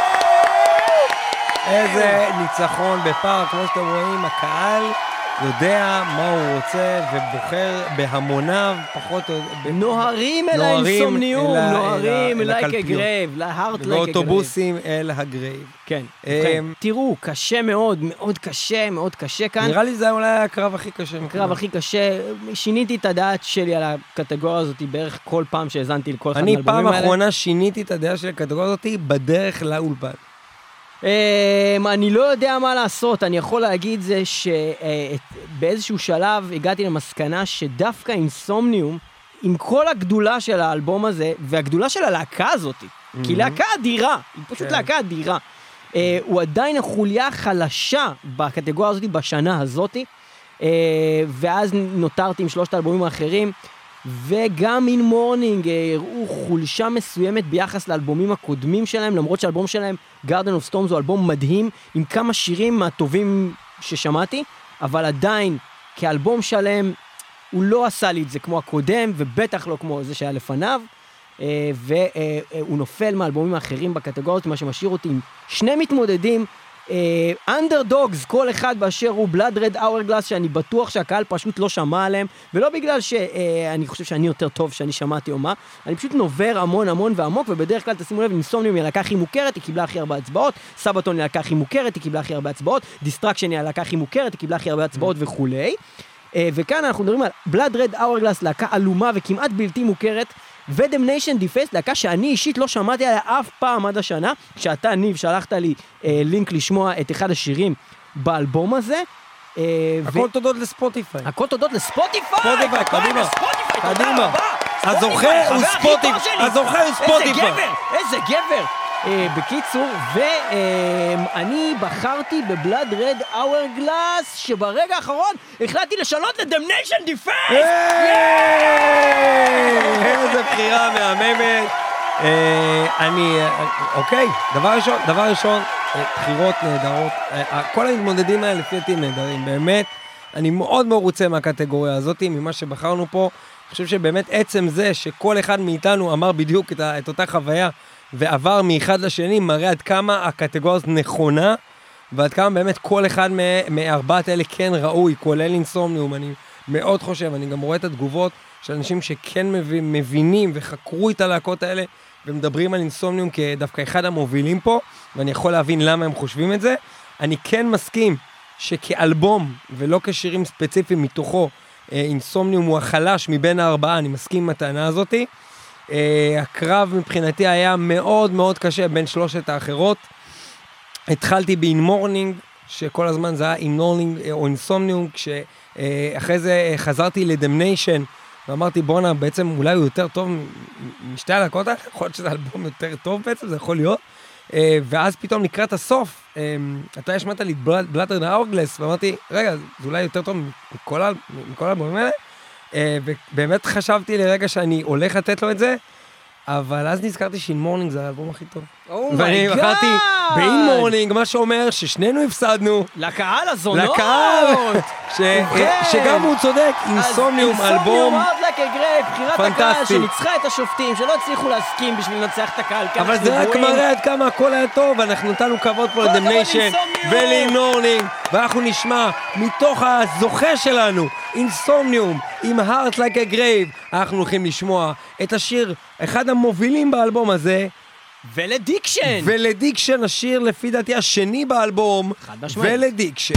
איזה ניצחון בפער, כמו שאתם רואים, הקהל יודע מה הוא רוצה ובוחר בהמוניו, פחות... נוהרים אל האינסומניום, נוהרים אל like a grave, ל-heart like a grave. ואוטובוסים אל הגרייב. כן, תראו, קשה מאוד, מאוד קשה, מאוד קשה כאן. נראה לי זה אולי הקרב הכי קשה. הקרב הכי קשה, שיניתי את הדעת שלי על הקטגוריה הזאת בערך כל פעם שהזנתי לכל אחד אני מהאלבומים פעם האלה. האחרונה שיניתי את הדעה של הקטגוריה הזאת בדרך לאולפן. אני לא יודע מה לעשות, אני יכול להגיד זה שבאיזשהו שלב הגעתי למסקנה שדווקא אינסומניום, עם כל הגדולה של האלבום הזה, והגדולה של הלהקה הזאת, כי להקה אדירה, היא פשוט להקה אדירה, הוא עדיין החוליה החלשה בקטגוריה הזאת בשנה הזאת, ואז נותרתי עם שלושת האלבומים האחרים, וגם In Morning הראו חולשה מסוימת ביחס לאלבומים הקודמים שלהם, למרות שהאלבום שלהם, Garden of Storms, הוא אלבום מדהים, עם כמה שירים מהטובים ששמעתי, אבל עדיין, כאלבום שלם, הוא לא עשה לי את זה כמו הקודם, ובטח לא כמו זה שהיה לפניו, והוא נופל מהאלבומים האחרים בקטגוריות, מה שמשאיר אותי עם שני מתמודדים, אנדרדוגס, כל אחד באשר הוא Blood Red Hourglass, שאני בטוח שהקהל פשוט לא שמע עליהם, ולא בגלל שאני חושב שאני יותר טוב שאני שמעתי או מה, אני פשוט נובר המון המון ועמוק, ובדרך כלל תשימו לב, אינסומניום היא הלהקה הכי מוכרת, היא קיבלה הכי הרבה הצבעות, סבתון היא הלהקה הכי מוכרת, היא קיבלה הכי הרבה הצבעות, דיסטרקשן היא הלהקה הכי מוכרת, היא קיבלה הכי הרבה הצבעות וכולי. וכאן אנחנו מדברים על Blood Red Hourglass, להקה אלומה וכמעט בלתי מוכרת, ו-Damnation Defaced, להקה שאני אישית לא שמעתי עליה אף פעם עד השנה, כשאתה, ניב, שלחת לי אה, לינק לשמוע את אחד השירים באלבום הזה. אה, הכל ו... תודות לספוטיפיי. הכל תודות לספוטיפיי! ספוטיפיי, קדימה. ספוטיפיי, קדימה. הזוכה הוא ספוטיפיי. הזוכה הוא ספוטיפיי. איזה גבר, איזה גבר. בקיצור, ואני בחרתי בבלאד רד אאורגלאס, שברגע האחרון החלטתי לשנות לדמניישן דיפנס! איזה בחירה מהממת. אני, אוקיי, דבר ראשון, דבר ראשון, בחירות נהדרות. כל המתמודדים האלה לפי דעתי נהדרים, באמת. אני מאוד מרוצה מהקטגוריה הזאת, ממה שבחרנו פה. אני חושב שבאמת עצם זה שכל אחד מאיתנו אמר בדיוק את, את אותה חוויה, ועבר מאחד לשני, מראה עד כמה הקטגוריה הזאת נכונה, ועד כמה באמת כל אחד מארבעת האלה כן ראוי, כולל אינסומניום. אני מאוד חושב, אני גם רואה את התגובות של אנשים שכן מבינים וחקרו את הלהקות האלה, ומדברים על אינסומניום כדווקא אחד המובילים פה, ואני יכול להבין למה הם חושבים את זה. אני כן מסכים שכאלבום, ולא כשירים ספציפיים מתוכו, אינסומניום הוא החלש מבין הארבעה, אני מסכים עם הטענה הזאת. הקרב מבחינתי היה מאוד מאוד קשה בין שלושת האחרות. התחלתי ב-In Morning, שכל הזמן זה היה In Morning או אינסומניום, כשאחרי זה חזרתי ל-Damnation, ואמרתי בונה, בעצם אולי הוא יותר טוב משתי הלהקות האלה, יכול להיות שזה אלבום יותר טוב בעצם, זה יכול להיות. ואז פתאום לקראת הסוף, אתה השמעת לי בלאד רד אאורגלאס, ואמרתי, רגע, זה אולי יותר טוב מכל האלבומים האלה, ובאמת חשבתי לרגע שאני הולך לתת לו את זה, אבל אז נזכרתי שאין מורנינג זה האלבום הכי טוב. ואני בחרתי באין מורנינג, מה שאומר ששנינו הפסדנו. לקהל הזונות! לקהל! שגם הוא צודק, אינסומניום, אלבום בחירת הקהל שניצחה את השופטים, שלא הצליחו להסכים בשביל לנצח את הקהל. אבל זה רק מראה עד כמה הכל היה טוב, אנחנו נתנו כבוד פה לדמניישן ולאין מורנינג, ואנחנו נשמע מתוך הזוכה שלנו, אינסומניום, עם Heart Like a Grave, אנחנו הולכים לשמוע את השיר, אחד המובילים באלבום הזה, ולדיקשן. ולדיקשן, השיר לפי דעתי השני באלבום, חד משמעית. ולדיקשן.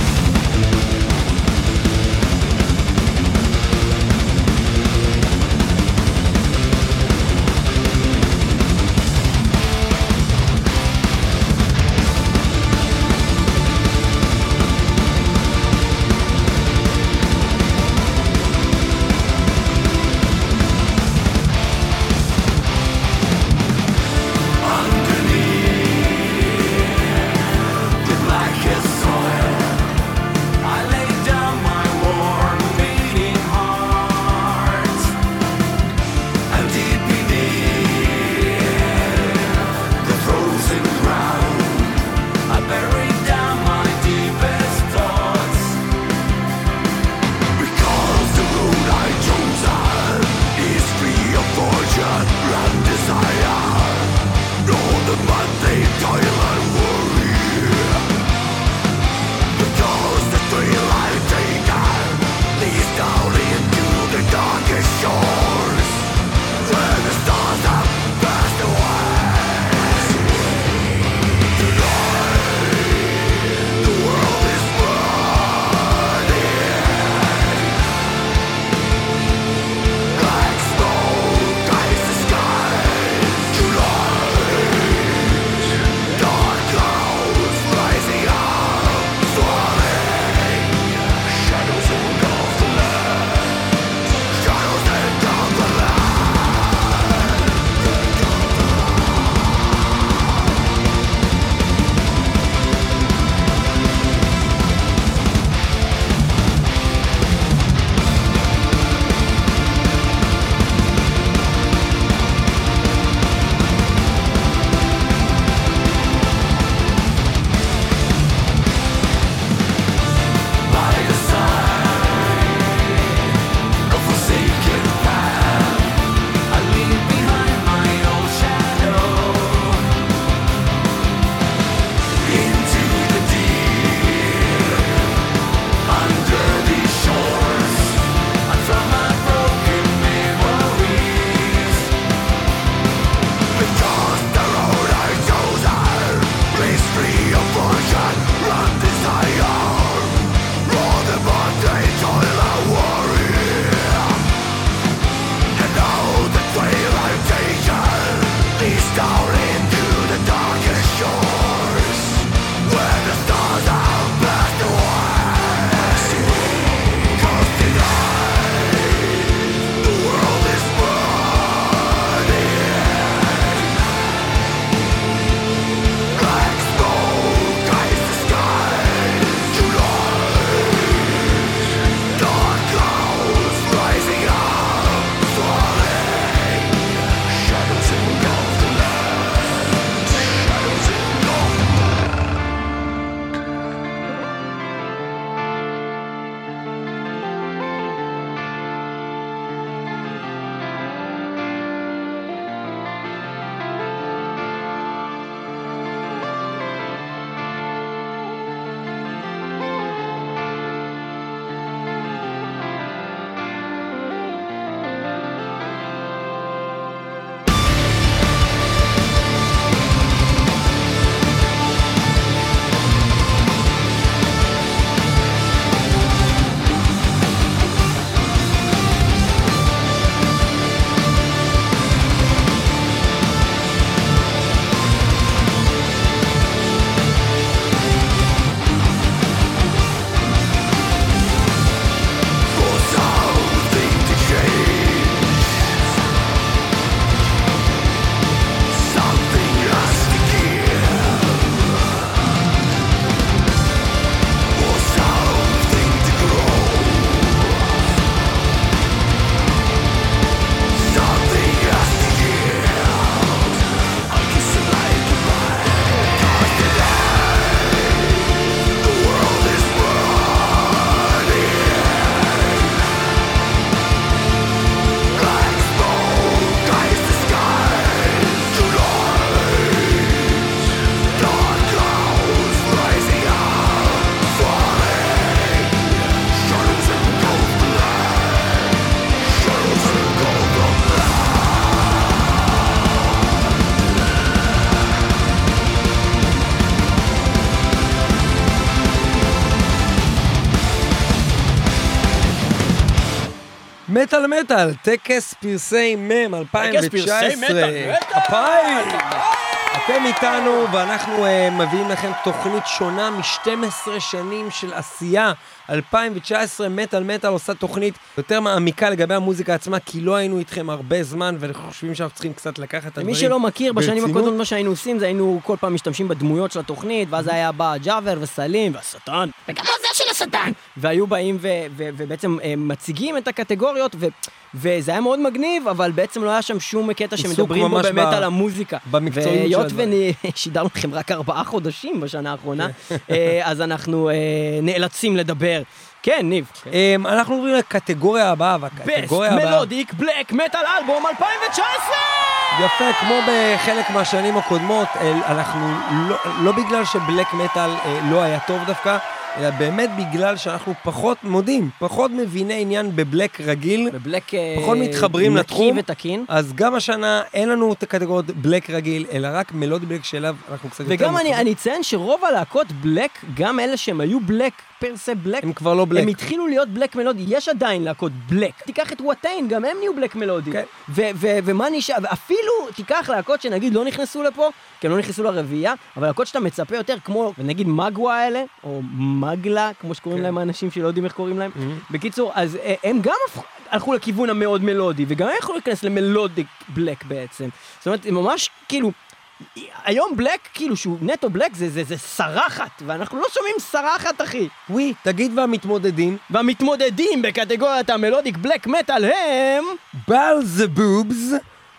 מטל מטל, טקס פרסי מם אלפיים תשע עשרה. כפיים! אתם איתנו ואנחנו uh, מביאים לכם תוכנית שונה מ-שתים עשרה שנים של עשייה. אלפיים תשע עשרה מטל מטל עושה תוכנית יותר מעמיקה לגבי המוזיקה עצמה, כי לא היינו איתכם הרבה זמן ואנחנו חושבים שאנחנו צריכים קצת לקחת את הדברים. מי שלא מכיר, בשנים הקודמות מה שהיינו עושים זה היינו כל פעם משתמשים בדמויות של התוכנית, ואז היה בא ג'אבר וסלים והשטן, וגם זה של השטן, והיו באים ו- ו- ובעצם מציגים את הקטגוריות, ו- וזה היה מאוד מגניב, אבל בעצם לא היה שם שום קטע שמדברים בו באמת ב- על המוזיקה. במקצועיות של הדברים. ושידרנו לכם רק ארבעה חודשים בשנה האחרונה, אז אנחנו נאלצים לדבר. כן, ניב. אנחנו עוברים לקטגוריה הבאה, והקטגוריה הבאה... Best Melodic Black Metal Album אלפיים תשע עשרה! יפה, כמו בחלק מהשנים הקודמות, אנחנו לא, לא בגלל שבלק מטל לא היה טוב דווקא, אלא באמת בגלל שאנחנו פחות מודים, פחות מביני עניין בבלק רגיל, בבלק פחות מתחברים לתחום, ותקין. אז גם השנה אין לנו את הקטגוריות בלק רגיל, אלא רק מלודי בלק שאליו אנחנו קצת יותר... וגם אני, אני אציין שרוב הלהקות בלק, גם אלה שהם היו בלק, פרסה בלק, הם כבר לא בלק. הם התחילו להיות בלק מלודי, יש עדיין להקות בלק. תיקח את וואטיין, גם הם נהיו בלק מלודי. כן. ו- ו- ומה נשאר, ואפילו תיקח להקות שנגיד לא נכנסו לפה, כי הם לא נכנסו לרביעייה, אבל להקות שאתה מצפה יותר, כמו נגיד מגווה האלה, או מגלה, כמו שקוראים כן. להם האנשים שלא יודעים איך קוראים להם. Mm-hmm. בקיצור, אז הם גם הלכו לכיוון המאוד מלודי, וגם הם יכולו להיכנס למלודי בלק בעצם. זאת אומרת, הם ממש כאילו... היום בלק, כאילו שהוא נטו בלק, זה, זה, זה סרחת, ואנחנו לא שומעים סרחת, אחי. ווי, תגיד והמתמודדים. והמתמודדים בקטגוריית המלודיק בלק מטל הם... Beelzebub's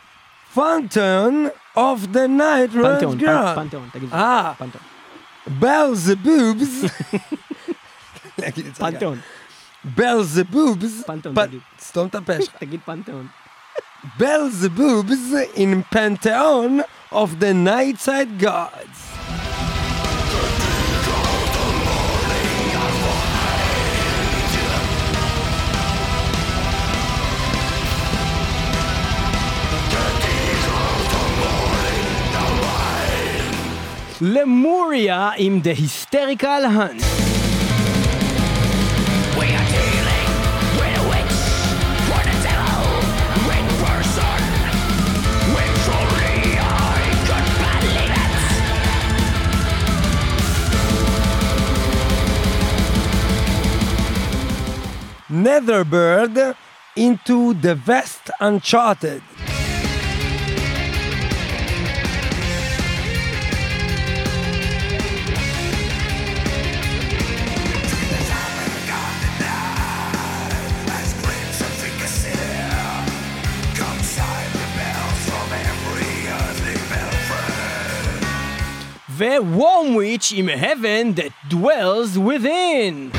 Phantom of the Night Red God. פנתיאון, תגיד. אה, פנתיאון. Beelzebub's... פנתיאון. Beelzebub's... פנתיאון, תגיד. סתום את הפה שלך. תגיד פנתיאון. Beelzebub's in Pantheon of the Nightside Gods. למוריה עם The Hysterical Hunt. Netherbird into the Vast Uncharted. ו-Worm Witch עם Heaven That Dwells Within.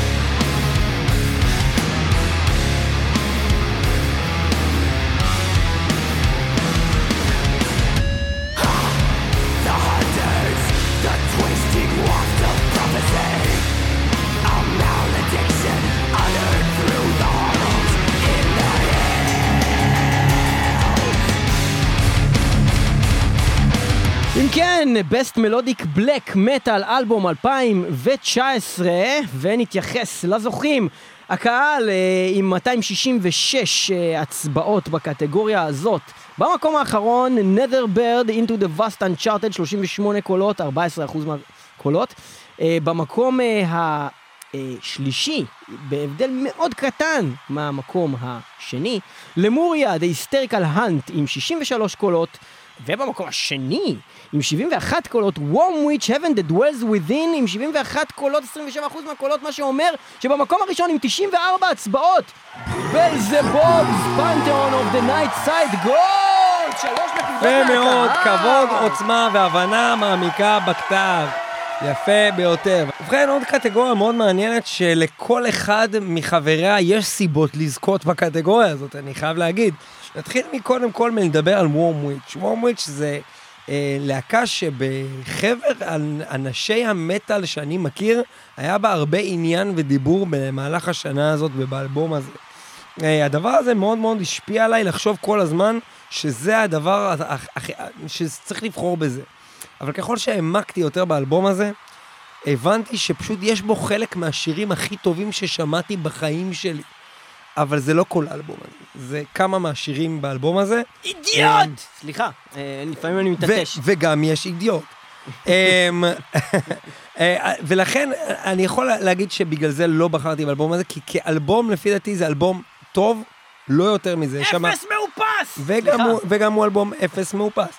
אם כן, Best Melodic Black Metal אלבום אלפיים תשע עשרה, ונתייחס לזוכים. הקהל עם מאתיים שישים ושש הצבעות בקטגוריה הזאת. במקום האחרון, Netherbird into the Vast Uncharted, שלושים ושמונה קולות, ארבעה עשר אחוז מהקולות. במקום השלישי, בהבדל מאוד קטן מהמקום השני, למוריה, The Hysterical Hunt עם שישים ושלוש קולות, ובמקום השני, עם שבעים ואחת קולות, Worm Witch Heaven That Dwells Within, עם שבעים ואחת קולות, עשרים ושבע אחוז מהקולות, מה שאומר שבמקום הראשון עם תשעים וארבע הצבעות, Beelzebub's Pantheon of the Night Side Gold! שלוש נקודות מהקהל! ומאוד כבוד, עוצמה והבנה מעמיקה בכתב. יפה ביותר. ובכן, עוד קטגוריה מאוד מעניינת שלכל אחד מחבריה יש סיבות לזכות בקטגוריה הזאת, אני חייב להגיד. נתחיל מקודם כל מלדבר על Worm Witch. Worm Witch זה אה, להקה שבחבר אנשי המטל שאני מכיר, היה בה הרבה עניין ודיבור במהלך השנה הזאת ובאלבום הזה. אה, הדבר הזה מאוד מאוד השפיע עליי לחשוב כל הזמן שזה הדבר שצריך לבחור בזה. אבל ככל שהעמקתי יותר באלבום הזה, הבנתי שפשוט יש בו חלק מהשירים הכי טובים ששמעתי בחיים שלי. אבל זה לא כל האלבום הזה. זה כמה מהשירים באלבום הזה. אידיוט! סליחה, לפעמים אני מתעטש. וגם יש אידיוט. ולכן אני יכול להגיד שבגלל זה לא בחרתי באלבום הזה, כי כאלבום לפי דעתי זה אלבום טוב, לא יותר מזה. אפס מאופס! וגם הוא אלבום אפס מאופס.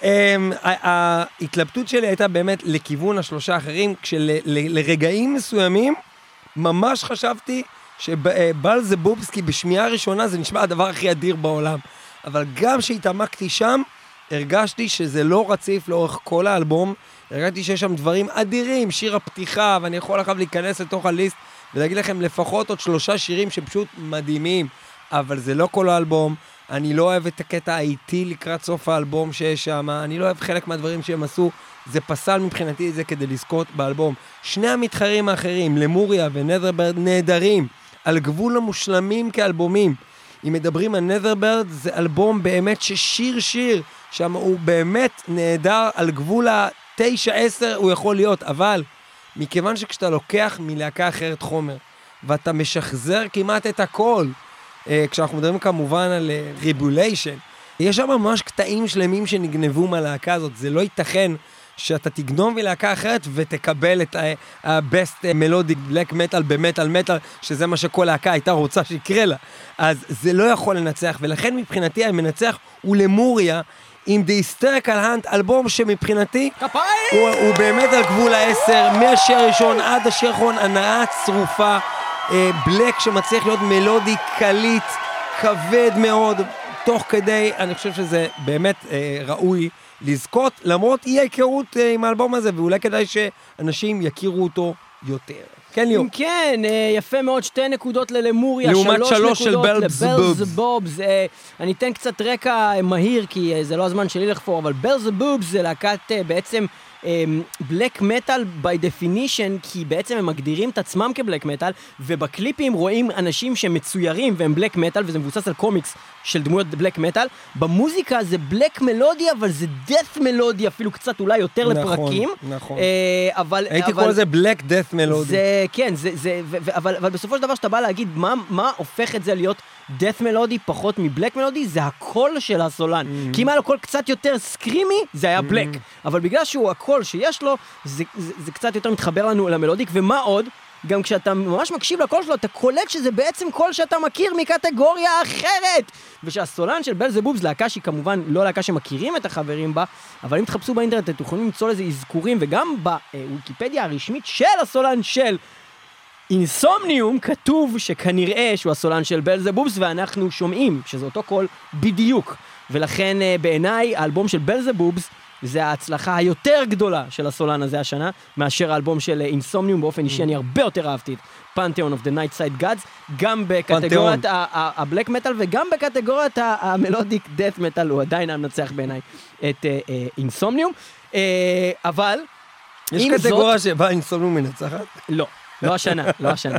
ההתלבטות שלי הייתה באמת לכיוון השלושה האחרים, כשלרגעים מסוימים ממש חשבתי שבלזבובסקי בשמיעה הראשונה זה נשמע הדבר הכי אדיר בעולם. אבל גם שהתעמקתי שם, הרגשתי שזה לא רציף לאורך כל האלבום, הרגשתי שיש שם דברים אדירים, שיר הפתיחה, ואני יכול עכשיו להיכנס לתוך הליסט, ולהגיד לכם לפחות עוד שלושה שירים שפשוט מדהימים, אבל זה לא כל האלבום, אני לא אוהב את הקטע האיטי לקראת סוף האלבום שיש שם, אני לא אוהב חלק מהדברים שהם עשו, זה פסל מבחינתי את זה כדי לזכות באלבום. שני המתחרים האחרים, למוריה ונדרברד, נהדרים, על גבול המושלמים כאלבומים. אם מדברים על נדרברד, זה אלבום באמת ששיר שיר, שם הוא באמת נהדר, על גבול ה-תשע עשר הוא יכול להיות, אבל מכיוון שכשאתה לוקח מלהקה אחרת חומר, ואתה משחזר כמעט את הכל, כשאנחנו מדברים כמובן על ריבוליישן, יש שם ממש קטעים שלמים שנגנבו מהלהקה הזאת, זה לא ייתכן שאתה תגנוב מלהקה אחרת ותקבל את ה-best melodic black metal במטל מטל, שזה מה שכל להקה הייתה רוצה שיקרה לה. אז זה לא יכול לנצח, ולכן מבחינתי המנצח הוא למוריה, עם The Hysterical Hunt, אלבום שמבחינתי הוא, הוא באמת על גבול העשר, מהשיר הראשון עד השיר האחרון, הנאה צרופה, בלק שמצליח להיות מלודי קליט, כבד מאוד, תוך כדי, אני חושב שזה באמת ראוי לזכות, למרות אי היכרות עם האלבום הזה, ואולי כדאי שאנשים יכירו אותו יותר. כן, ליאור. כן, יפה מאוד, שתי נקודות ללמוריה, לעומת שלוש של בלזבובס. אני אתן קצת רקע מהיר, כי זה לא הזמן שלי לחפור, אבל בלזבובס זה להקת בעצם בלק מטל by definition, כי בעצם הם מגדירים את עצמם כבלק מטל, ובקליפים רואים אנשים שמצוירים והם בלק מטל, וזה מבוסס על קומיקס של דמויות בלק מטל. במוזיקה זה בלק מלודי, אבל זה דאט מלודי, אפילו קצת אולי יותר נכון, לפרקים. נכון. אבל, הייתי אבל, קורא לזה בלק דאט מלודי. זה, כן, זה, זה, ו, ו, אבל, אבל בסופו של דבר שאתה בא להגיד מה, מה הופך את זה להיות דאט מלודי פחות מבלק מלודי, זה הקול של הסולן. Mm-hmm. כי אם היה לו קול קצת יותר סקרימי, זה היה בלק. Mm-hmm. אבל בגלל שהוא הקול שיש לו, זה, זה, זה קצת יותר מתחבר לנו למלודיק, ומה עוד? גם כשאתה ממש מקשיב לקול שלו, אתה קולט שזה בעצם קול שאתה מכיר מקטגוריה אחרת. ושהסולן של בלזבובס, להקה שהיא כמובן לא להקה שמכירים את החברים בה, אבל אם תחפשו באינטרנט, אתם יכולים למצוא לזה אזכורים, וגם בוויקיפדיה הרשמית של הסולן של אינסומניום, כתוב שכנראה שהוא הסולן של בלזבובס, ואנחנו שומעים שזה אותו קול בדיוק. ולכן בעיניי, האלבום של בלזבובס, זה ההצלחה היותר גדולה של הסולן הזה השנה, מאשר האלבום של אינסומניום. באופן אישי אני הרבה יותר אהבתי את פנתיאון of the Night Side Gods, גם בקטגוריית הבלק מטל וגם בקטגוריית המלודיק דאט מטל, הוא עדיין המנצח בעיניי את אינסומניום. אבל יש קטגוריה שבה אינסומניום מנצחת? לא, לא השנה, לא השנה.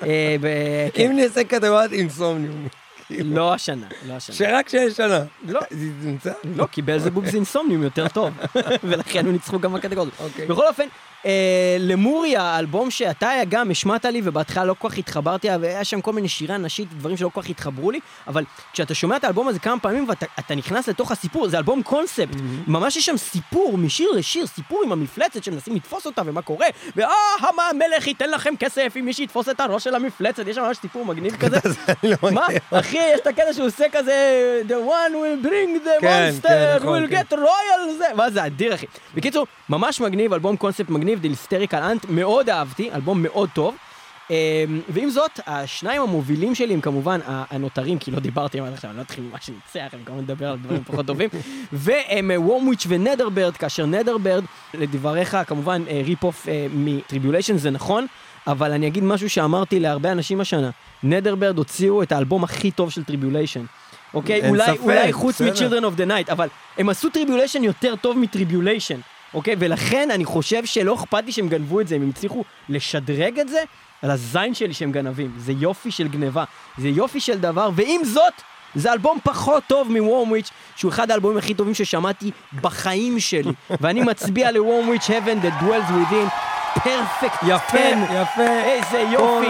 אם נעשה קטגוריית אינסומניום. לא השנה, לא השנה. שרק שיש שנה. לא. זה נמצא? לא, כי בלזבובס אינסומניום יותר טוב. ולכן הוא ניצחו גם בקטגוריות. בכל אופן, למוריה, האלבום שאתה גם השמעת לי, ובהתחלה לא כל כך התחברתי, והיה שם כל מיני שירה נשית, דברים שלא כל כך התחברו לי, אבל כשאתה שומע את האלבום הזה כמה פעמים, ואתה נכנס לתוך הסיפור, זה אלבום קונספט. ממש יש שם סיפור, משיר לשיר, סיפור עם המפלצת, שמנסים לתפוס אותה, ומה קורה, ואה, המלך ייתן לכם כסף, אם מישהו יתפוס את הראש של המפלצת, יש שם ממש סיפור מגניב כזה. מה? אחי, יש את הקטע שהוא עושה כזה, the one will bring the monster, will get royal, זה, מה זה אדיר, אחי. בקיצור, ממש מגניב, אלבום קונספט מגניב, The Hysterical Hunt, מאוד אהבתי, אלבום מאוד טוב. ועם זאת, השניים המובילים שלי הם כמובן הנותרים, כי לא דיברתי עליהם עד עכשיו, אני לא אתחיל ממש לנצח, אני כמובן מדבר על דברים פחות טובים, והם וורמוויץ' ונדרברד, כאשר נדרברד, לדבריך, כמובן ריפ-אוף מטריבוליישן, זה נכון, אבל אני אגיד משהו שאמרתי להרבה אנשים השנה, נדרברד הוציאו את האלבום הכי טוב של טריבוליישן. אוקיי? אולי, אולי חוץ מ-Children of the Night, אבל הם עשו טריבוליישן יותר טוב מטריבוליישן. אוקיי? ולכן אני חושב שלא אכפת לי שהם גנבו את זה, אם הם הצליחו לשדרג את זה, על הזין שלי שהם גנבים. זה יופי של גניבה, זה יופי של דבר, ועם זאת, זה אלבום פחות טוב מוורמוויץ', שהוא אחד האלבומים הכי טובים ששמעתי בחיים שלי. ואני מצביע לוורמוויץ' Heaven that dwells within, פרפקט. יפה, יפה. איזה יופי.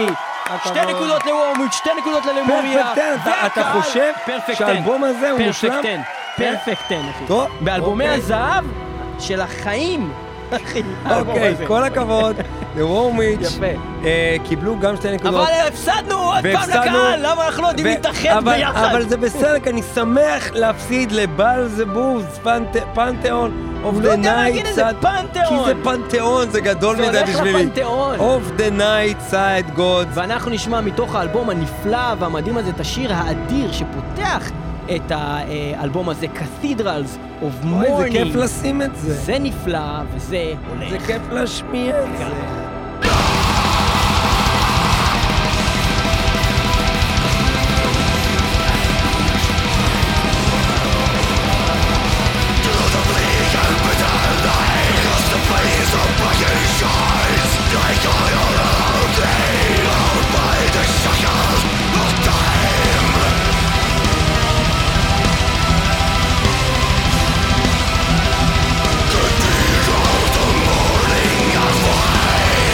שתי נקודות לוורמוט, שתי נקודות ללמוריה. פרפקט טן, אתה חושב שהאלבום הזה הוא מושלם? פרפקט טן, פרפקט טן, אחי. באלבומי הזהב של החיים, אחי. אוקיי, כל הכבוד, לוורמיץ'. יפה. קיבלו גם שתי נקודות. אבל הפסדנו עוד פעם לקהל, למה אנחנו לא יודעים להתאחד ביחד? אבל זה בסדר, אני שמח להפסיד לבלזבוז, פנתיאון. הוא לא יודע להגיד איזה פנתיאון. כי זה פנתיאון, זה גדול מדי בשבילי. זה הולך לפנתיאון. Of the night side gods. ואנחנו נשמע מתוך האלבום הנפלא והמדהים הזה את השיר האדיר שפותח את האלבום הזה, Cathedrals of Morning. אוי, זה כיף לשים את זה. זה נפלא וזה הולך. זה כיף להשמיע את זה. Morning as fire.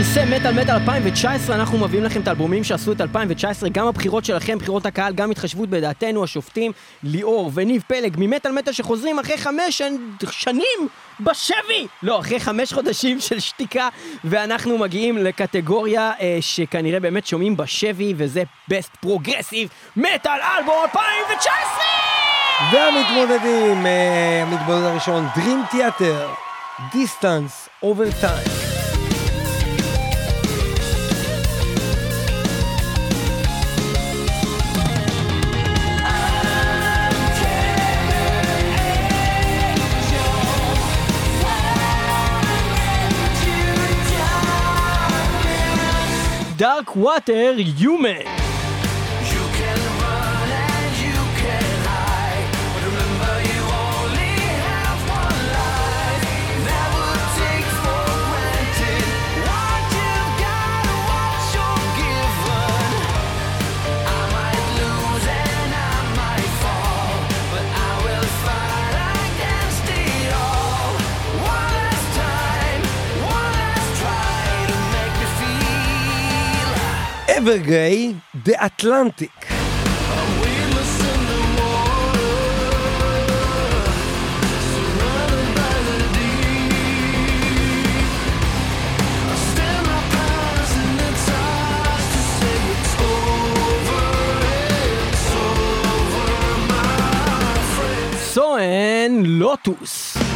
פרסי מטל מטל אלפיים תשע עשרה, אנחנו מביאים לכם את האלבומים שעשו את אלפיים תשע עשרה, גם הבחירות שלכם, בחירות הקהל, גם התחשבות בדעתנו, השופטים, ליאור וניב פלג, ממטל מטל שחוזרים אחרי חמש שנים בשבי, לא, אחרי חמש חודשים של שתיקה, ואנחנו מגיעים לקטגוריה אה, שכנראה באמת שומעים בשבי, וזה Best Progressive Metal Album אלפיים תשע עשרה! והמתמודדים, אה, המתמודד הראשון, Dream Theater, Distance Over Time. Dark Water Human. You can run and you can hide, but remember you only have one life. Never take for granted what you've got or what you're given. I might lose and I might fall, but I will fight against it all. One last time, one last try to make me feel. Evergrey, The Atlantic. סואן לוטוס.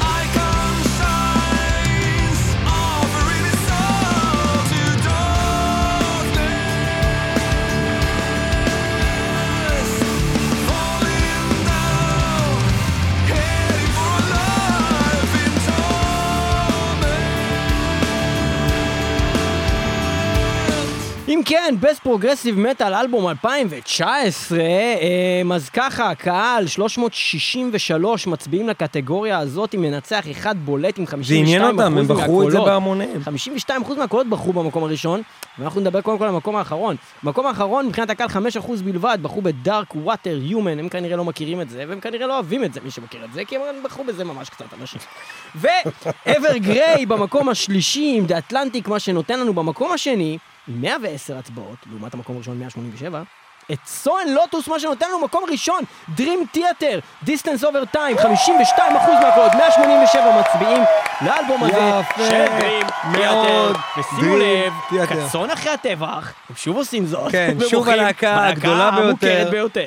אם כן, Best Progressive Metal אלבום אלפיים תשע עשרה, אז ככה, הקהל שלוש מאות שישים ושלוש מצביעים לקטגוריה הזאת עם מנצח אחד בולט עם חמישים ושתיים אחוז מהקולות. זה עניין אותם, הם בחרו את זה בהמוניהם. חמישים ושתיים אחוז מהקולות בחרו במקום הראשון, ואנחנו נדבר קודם כל על המקום האחרון. במקום האחרון, מבחינת הקהל חמישה אחוז בלבד, בחרו ב-Dark Water Human, הם כנראה לא מכירים את זה, והם כנראה לא אוהבים את זה, מי שמכיר את זה, כי הם בחרו בזה ממש קצת אנשים. ו-Evergrey במקום השלישי עם The Atlantic, מה שנותן לנו במקום השני, עם מאה ועשר הצבעות, לעומת המקום הראשון מאה שמונים ושבע, את סואן לוטוס, מה שנותן לנו מקום ראשון, Dream Theater, Distance Over Time, חמישים ושתיים אחוז מהקולות, מאה שמונים ושבע מצביעים לאלבום הזה של Dream Theater. ושימו לב, קצון אחרי הטבח, הם שוב עושים זאת. כן, שוב הלהקה הגדולה ביותר. ביותר.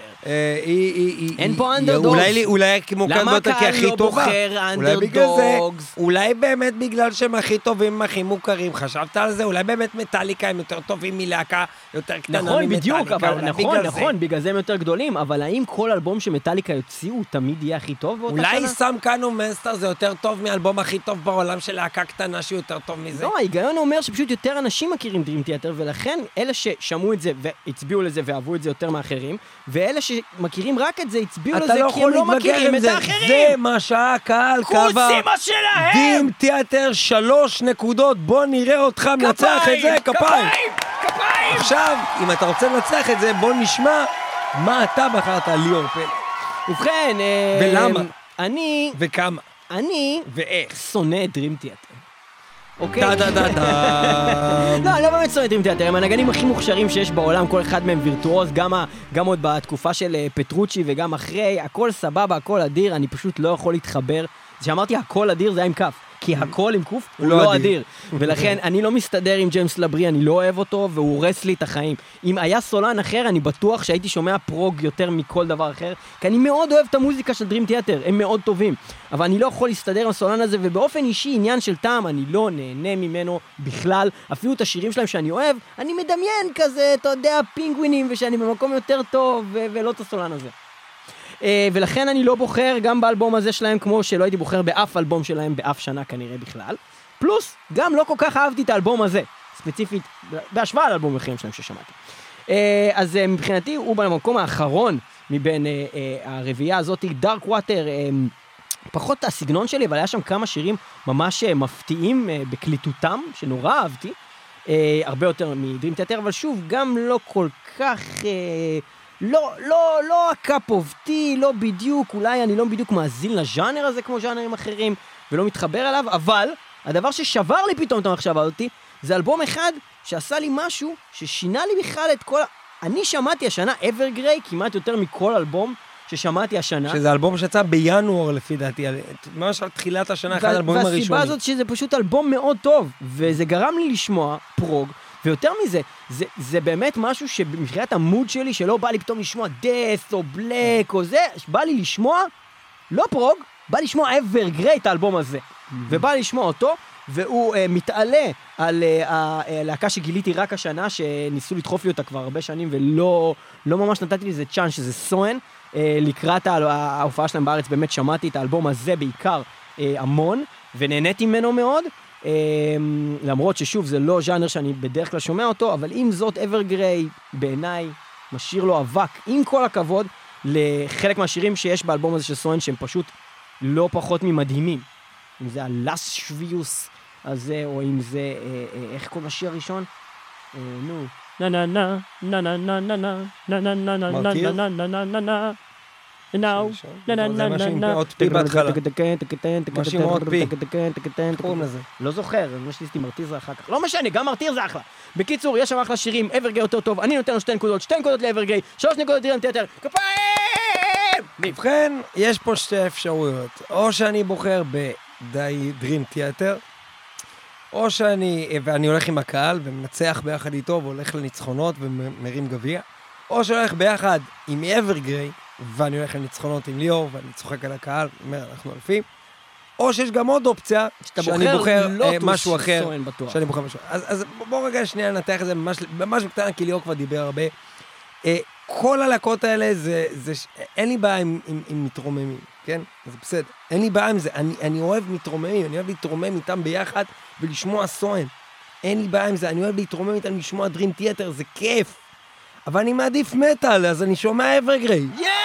אין פה אנדרדוגס. אולי כמו כאן ביותר כי הכי טובה. למה הקהל לא בוחר אנדרדוגס? אולי באמת בגלל שהם הכי טובים, הכי מוכרים. חשבת על זה? אולי באמת מטאליקה הם יותר טובים מלהקה יותר קטנה ממטאליקה. נכון, בדיוק, אבל נכון, נכון, בגלל זה הם יותר גדולים, אבל האם כל אלבום שמטאליקה יוציאו תמיד יהיה הכי טוב באותה שנה? אולי סם קאנו מסטר זה יותר טוב מאלבום הכי טוב בעולם של להקה קטנה שהוא יותר טוב מזה? לא, ההיגיון אומר שפשוט יותר אנשים מכירים Dream Theater, ולכן אלה ששמעו את זה והצביעו לזה ואהבו את זה יותר מאחרים, ואלה שמכירים רק את זה הצביעו לזה כי הם לא מכירים את האחרים. זה מה שהקהל קבע. כוסימה שלהם! Dream Theater שלוש נקודות, בוא נראה אותך מנצח את זה, כפיים! כפיים! עכשיו, אם אתה רוצה לנצח את זה, בוא נשמע מה אתה בחרת, ליאור פלג. ובכן, ולמה? אני... וכמה? אני... ואיך? שונא את Dream Theater. אוקיי? דה דה דה דה. לא, לא באמת שונא את Dream Theater, הם הנגנים הכי מוכשרים שיש בעולם, כל אחד מהם וירטואוז, גם עוד בתקופה של פטרוצ'י וגם אחרי, הכל סבבה, הכל אדיר, אני פשוט לא יכול להתחבר. שאמרתי הכל אדיר זה היה עם כף. כי הכל עם קוף הוא לא אדיר. ולכן אני לא מסתדר עם ג'יימס לברי, אני לא אוהב אותו, והוא הורס לי את החיים. אם היה סולן אחר, אני בטוח שהייתי שומע פרוג יותר מכל דבר אחר, כי אני מאוד אוהב את המוזיקה של Dream Theater, הם מאוד טובים. אבל אני לא יכול להסתדר עם הסולן הזה, ובאופן אישי, עניין של טעם, אני לא נהנה ממנו בכלל. אפילו את השירים שלהם שאני אוהב, אני מדמיין כזה, אתה יודע, פינגווינים, ושאני במקום יותר טוב, ו- ולא את הסולן הזה. Uh, ולכן אני לא בוחר גם באלבום הזה שלהם, כמו שלא הייתי בוחר באף אלבום שלהם באף שנה כנראה בכלל. פלוס, גם לא כל כך אהבתי את האלבום הזה, ספציפית, בהשוואה לאלבום אחרים שלהם ששמעתי. Uh, אז uh, מבחינתי הוא במקום האחרון מבין uh, uh, הרביעייה הזאת, Dark Water, uh, פחות הסגנון שלי, אבל היה שם כמה שירים ממש uh, מפתיעים uh, בקליטותם, שנורא אהבתי, uh, הרבה יותר מדרים תיאטר, אבל שוב, גם לא כל כך... Uh, לא, לא, לא הקאפ אוף טי, לא בדיוק, אולי אני לא בדיוק מאזין לז'אנר הזה כמו ז'אנרים אחרים, ולא מתחבר אליו, אבל הדבר ששבר לי פתאום את המחשבה אותי, זה אלבום אחד שעשה לי משהו ששינה לי בכלל את כל... אני שמעתי השנה Evergrey כמעט יותר מכל אלבום ששמעתי השנה. שזה אלבום שיצא בינואר לפי דעתי, ממש על תחילת השנה, אחד האלבומים הראשונים. והסיבה הזאת שזה פשוט אלבום מאוד טוב, וזה גרם לי לשמוע פרוג, ויותר מזה, זה, זה באמת משהו שבמחיית המוד שלי, שלא בא לי פתאום לשמוע death או black או זה, בא לי לשמוע, לא פרוג, בא לשמוע Evergrey את האלבום הזה, ובא לי לשמוע אותו, והוא uh, מתעלה על uh, הלהקה שגיליתי רק השנה, שניסו לדחוף לי אותה כבר הרבה שנים, ולא לא ממש נתתי לי איזה צ'אנס, שזה סואן, uh, לקראת ההופעה שלהם בארץ, באמת שמעתי את האלבום הזה בעיקר uh, המון, ונהניתי ממנו מאוד, uh, למרות ששוב, זה לא ז'אנר שאני בדרך כלל שומע אותו, אבל עם זאת, Evergrey בעיניי משאיר לו אבק, עם כל הכבוד, לחלק מהשירים שיש באלבום הזה של סואן, שהם פשוט לא פחות ממדהימים. אם זה הלסשוויוס הזה, או אם זה, אה, אה, איך כל השיר הראשון? אה, נו. נה נה נה, נה נה נה נה נה, נה נה נה נה נה נה נה נה נה נה נאו, נה נה נה נה נה. עוד פי בהתחלה. משהו מאוד פי. קוראים לזה. לא זוכר, יש לי מרטיר זה אחר כך. לא משנה, גם מרטיר זה אחלה. בקיצור, יש שם אחלה שירים, Evergrey יותר טוב, אני נותן לו שתי נקודות, שתי נקודות ל-Evergrey, שלוש נקודות דרים תיאטר, כפיים! ובכן, יש פה שתי אפשרויות. או שאני בוחר בדי דרים תיאטר, או שאני, ואני הולך עם הקהל ומנצח ביחד איתו, והולך לניצחונות ומרים גביע, או שאני הולך ביחד עם Evergrey, ואני הולך לניצחונות עם ליאור, ואני צוחק על הקהל, אומר, אנחנו אלפים, או שיש גם עוד אופציה, שאני בוחר משהו אחר, שאני בוחר משהו. אז, אז בואו רגע שנייה נתח את זה ממש, ממש בקטנה, כי ליאור כבר דיבר הרבה. כל הלהקות האלה, זה, זה, אין לי בעיה עם, עם, עם מתרוממים, כן? זה בסדר. אין לי בעיה עם זה. אני, אני אוהב מתרוממים, אני אוהב להתרומם איתם ביחד ולשמוע סואן. אין לי בעיה עם זה. אני אוהב להתרומם איתם לשמוע דרים תיאטר, זה כיף. אבל אני מעדיף מטל, אז אני שומע Evergrey. יש!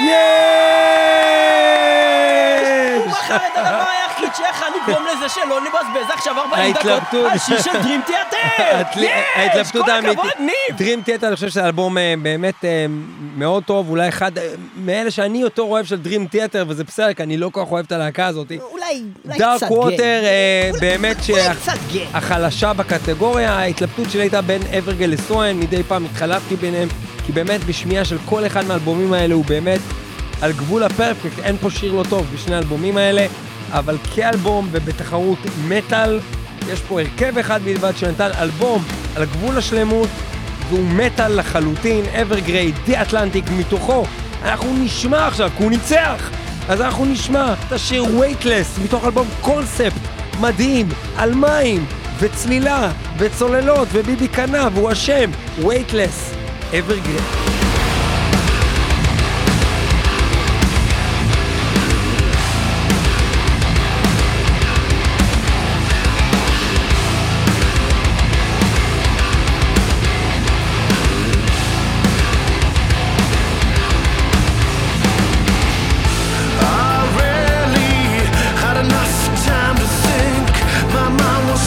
יש! הוא בחר את הדבר היחיד שאיך אני גרום לזה שלא נבזבז עכשיו ארבעים דקות על שיר של דרים תיאטר! יש! כל הכבוד, ניב! דרים תיאטר, אני חושב שזה אלבום באמת מאוד טוב, אולי אחד מאלה שאני יותר אוהב של דרים תיאטר, וזה בסדר, כי אני לא כל כך אוהב את הלהקה הזאת. אולי קצת דארק ווטר, באמת אולי קצת גיי. שהחלשה בקטגוריה, ההתלבטות שלי הייתה בין Evergrey לסואן, מדי פעם התחלפתי ביניהם, כי באמת בשמיעה של כל אחד מהאלבומים האלה הוא באמת על גבול הפרפקט, אין פה שיר לא טוב בשני האלבומים האלה, אבל כאלבום ובתחרות מטל, יש פה הרכב אחד בלבד שנתן אלבום על גבול השלמות, והוא מטל לחלוטין, Evergrey, די אטלנטיק, מתוכו אנחנו נשמע עכשיו, כי הוא ניצח, אז אנחנו נשמע את השיר Weightless, מתוך אלבום קונספט מדהים, על מים וצלילה וצוללות וביבי קנה, והוא השם, Weightless, Evergrey.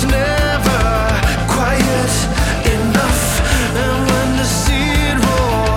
Never quiet enough, and when the sea roars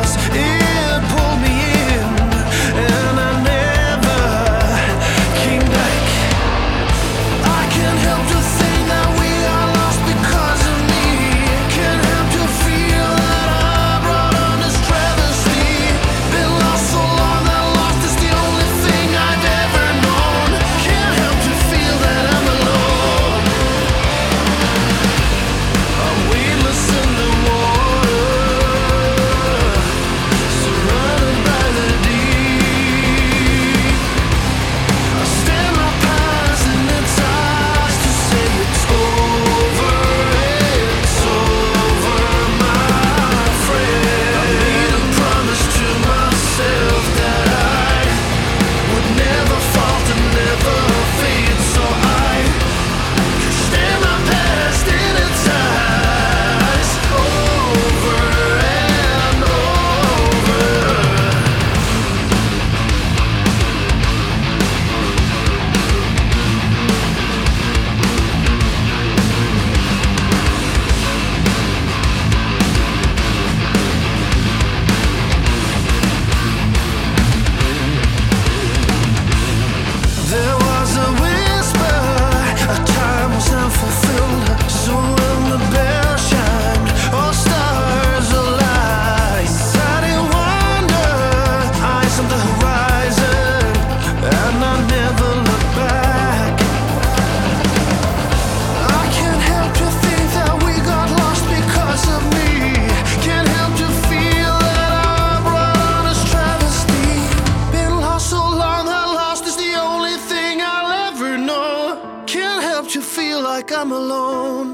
I'm alone.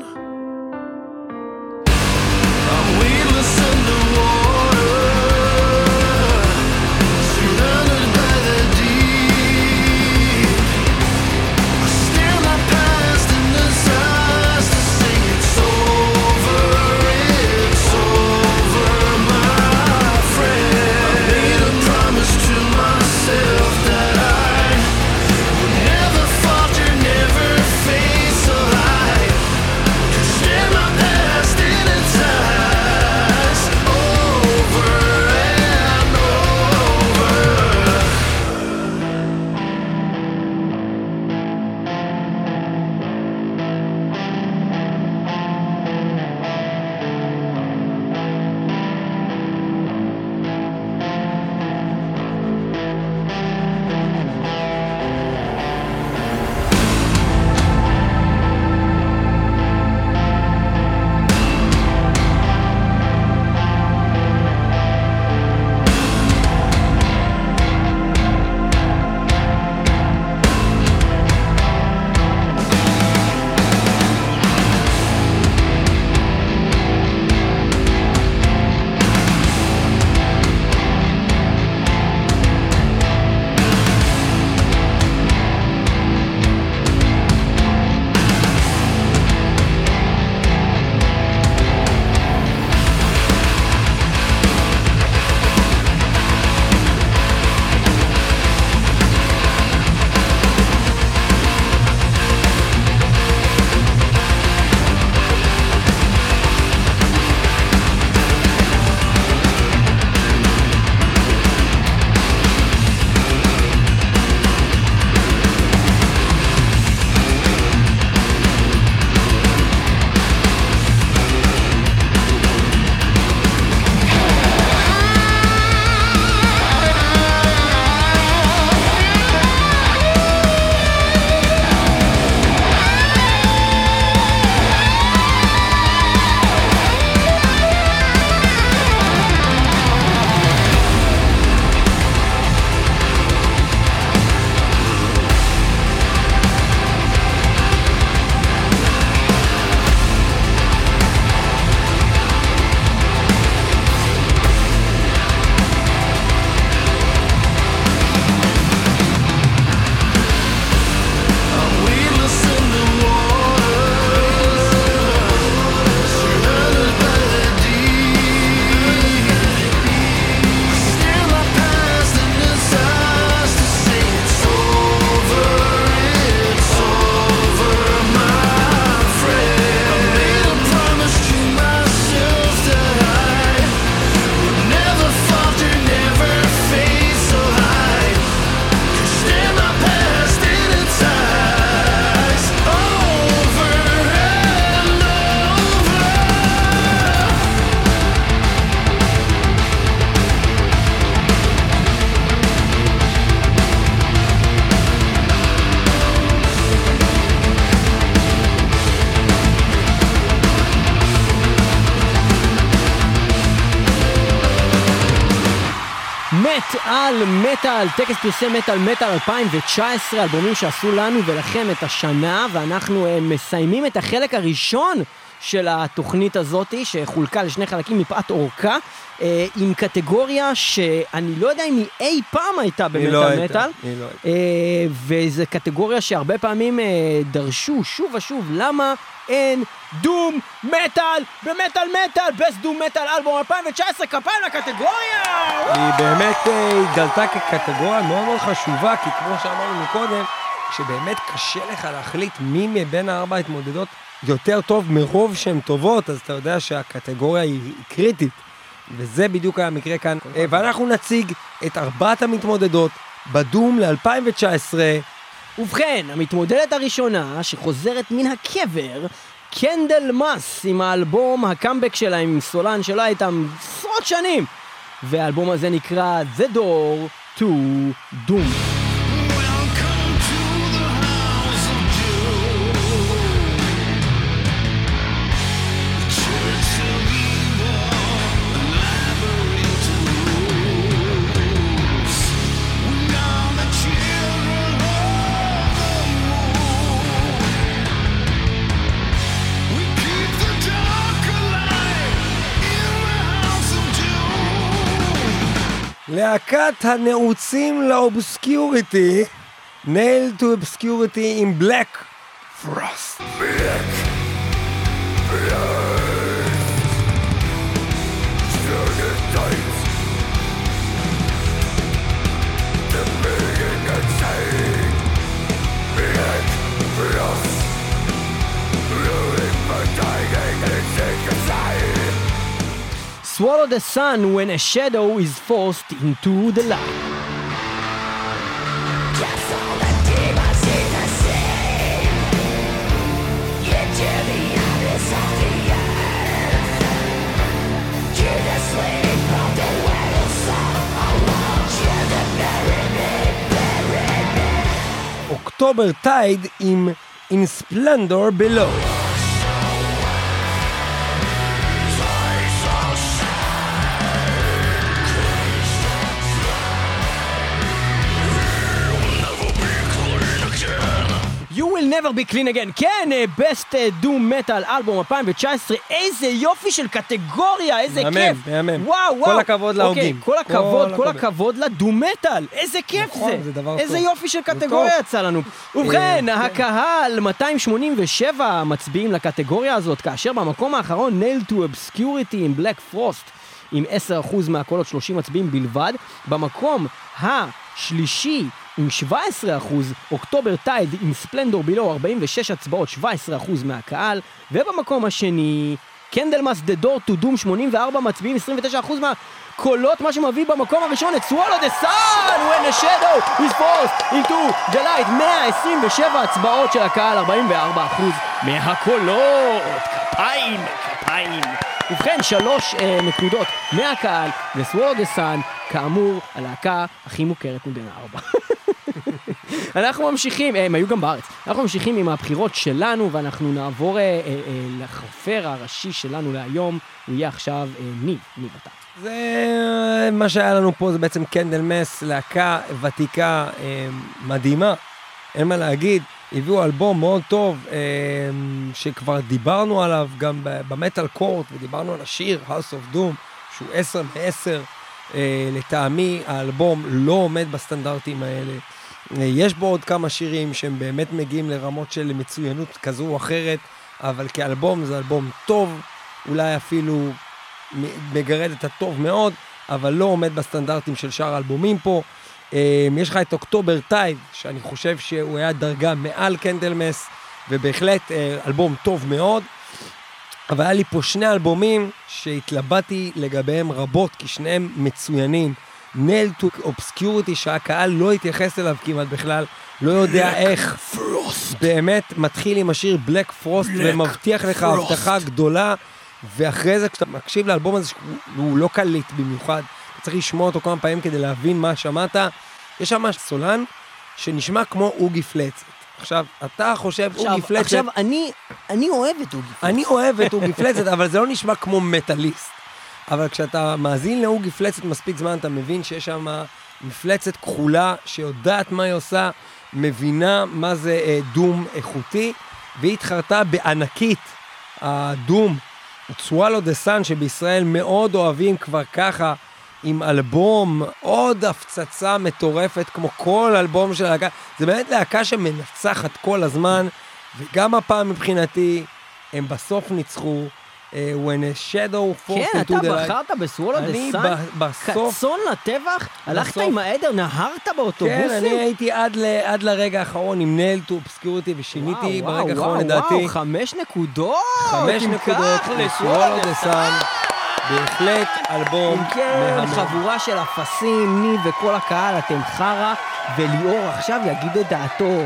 I'm weightless underwater, surrounded by the deep. I stare my past in the eyes to sing it's over, it's over, my friend. I made a promise to myself that I would never falter, never face a lie. Could share my past in its eyes, over and over. מטאל מטאל, טקס פרסי מטאל מטאל אלפיים תשע עשרה, אלבומים שעשו לנו ולכם את השנה, ואנחנו uh, מסיימים את החלק הראשון של התוכנית הזאת, שחולקה לשני חלקים מפאת אורכה, uh, עם קטגוריה שאני לא יודע אם היא אי פעם הייתה במטאל לא מטאל, הייתה, היא לא הייתה. uh, וזו קטגוריה שהרבה פעמים uh, דרשו שוב ושוב, למה אין דום מטאל במטאל מטאל, בסט דום מטאל אלבום אלפיים תשע עשרה, כפיים לקטגוריה! היא באמת התגלתה כקטגוריה מאוד מאוד חשובה, כי כמו שאמרנו מקודם, שבאמת קשה לך להחליט מי מבין הארבע התמודדות יותר טוב מרוב שהן טובות, אז אתה יודע שהקטגוריה היא קריטית, וזה בדיוק היה המקרה כאן. ואנחנו נציג את ארבעת המתמודדות בדום ל-אלפיים תשע עשרה. ובכן, המתמודדת הראשונה שחוזרת מן הקבר, קנדלמאס, עם האלבום הקאמבק שלה, עם סולן שלה איתם עשרות שנים, והאלבום הזה נקרא The Door to Doom. We're להקת הנעוצים לאובסקיוריטי, Nailed to Obscurity in Black Frost. Swallow the sun when a shadow is forced into the light. October Tide עם In Splendor Below. You will never be clean again. כן, Best Doom Metal אלבום אלפיים תשע עשרה, איזה יופי של קטגוריה, איזה מהמם, כיף. מהמם. וואו, וואו. כל הכבוד להוגים. כל הכבוד, כל כל הכבוד לדום מטל. איזה כיף נכון, זה. זה דבר איזה טוב. יופי של קטגוריה יצא לנו. ובכן, כן. הקהל מאתיים שמונים ושבע מצביעים לקטגוריה הזאת, כאשר במקום האחרון Nailed to Obscurity in Black Frost, עם עשרה אחוז מהקולות, שלושים מצביעים בלבד. במקום השלישי, עם שבע עשרה אחוז, אוקטובר טייד עם ספלנדור בילו, ארבעים ושש הצבעות, שבע עשרה אחוז מהקהל, ובמקום השני, קנדלמאס דה דור טו דום, שמונים וארבע מצביעים, עשרים ותשע אחוז מהקולות, מה שמביא במקום הראשון את Swallow the Sun, when the shadow is forced into the light, מאה עשרים ושבע הצבעות של הקהל, ארבעים וארבע אחוז מהקולות, כפיים, כפיים. ובכן, שלוש אה, נקודות מהקהל, ו-Swallow the Sun, כאמור, הלהקה הכי מוכרת מבין הארבע. אנחנו ממשיכים, הם היו גם בארץ, אנחנו ממשיכים עם הבחירות שלנו, ואנחנו נעבור אה, אה, אה, לחופר הראשי שלנו להיום, הוא יהיה עכשיו אה, ניב, ניב אתה. זה מה שהיה לנו פה, זה בעצם קנדלמס, להקה ותיקה אה, מדהימה, אין מה להגיד, הביאו אלבום מאוד טוב, אה, שכבר דיברנו עליו גם במטל קורט, ודיברנו על השיר, House of Doom, שהוא עשר מעשר, אה, לטעמי האלבום לא עומד בסטנדרטים האלה, יש בו עוד כמה שירים שהם באמת מגיעים לרמות של מצוינות כזו או אחרת, אבל כאלבום זה אלבום טוב, אולי אפילו מגרד את הטוב מאוד, אבל לא עומד בסטנדרטים של שאר האלבומים פה. יש לך את אוקטובר טייד, שאני חושב שהוא היה דרגה מעל קנדלמס, ובהחלט אלבום טוב מאוד, אבל היה לי פה שני אלבומים שהתלבטתי לגביהם רבות, כי שניהם מצוינים. Nailed to Obscurity, שהקהל לא התייחס אליו כמעט בכלל, לא יודע איך, באמת מתחיל עם השיר Black Frost, ומבטיח לך הבטחה גדולה, ואחרי זה כשאתה מקשיב לאלבום הזה, הוא לא קליט במיוחד, אתה צריך לשמוע אותו כמה פעמים כדי להבין מה שמעת, יש שם סולן שנשמע כמו אוגי פלצת. עכשיו, אתה חושב אוגי פלצת... עכשיו, אני, אני אוהב את אוגי פלצת. אני אוהב את אוגי פלצת, אבל זה לא נשמע כמו מטליסט. אבל כשאתה מאזין לאוגי פלצת מספיק זמן, אתה מבין שיש שם מפלצת כחולה, שיודעת מה היא עושה, מבינה מה זה אה, דום איכותי, והיא התחרתה בענקית, הדום, Swallow the Sun, שבישראל מאוד אוהבים כבר ככה, עם אלבום, עוד הפצצה מטורפת, כמו כל אלבום של להקה, זה באמת להקה שמנצחת כל הזמן, וגם הפעם מבחינתי, הם בסוף ניצחו, Uh, when a shadow falls כן, into the light. כן, אתה בחרת בסוולו דה סאן? אני בסוף... קצון לטבח? הלכת עם העדר, נהרת באוטובוסים? כן, אני הייתי עד, ל, עד לרגע האחרון עם Nailed to Obscurity, ושיניתי וואו, ברגע וואו, האחרון, וואו, לדעתי. וואו, חמש נקודות! חמש אם נקודות, כך, לסוולו דה סאן. בהחלט אלבום אם כן, מהמם. חבורה של אפסים, ניב וכל הקהל, אתם חרה, וליאור עכשיו יגיד את דעתו.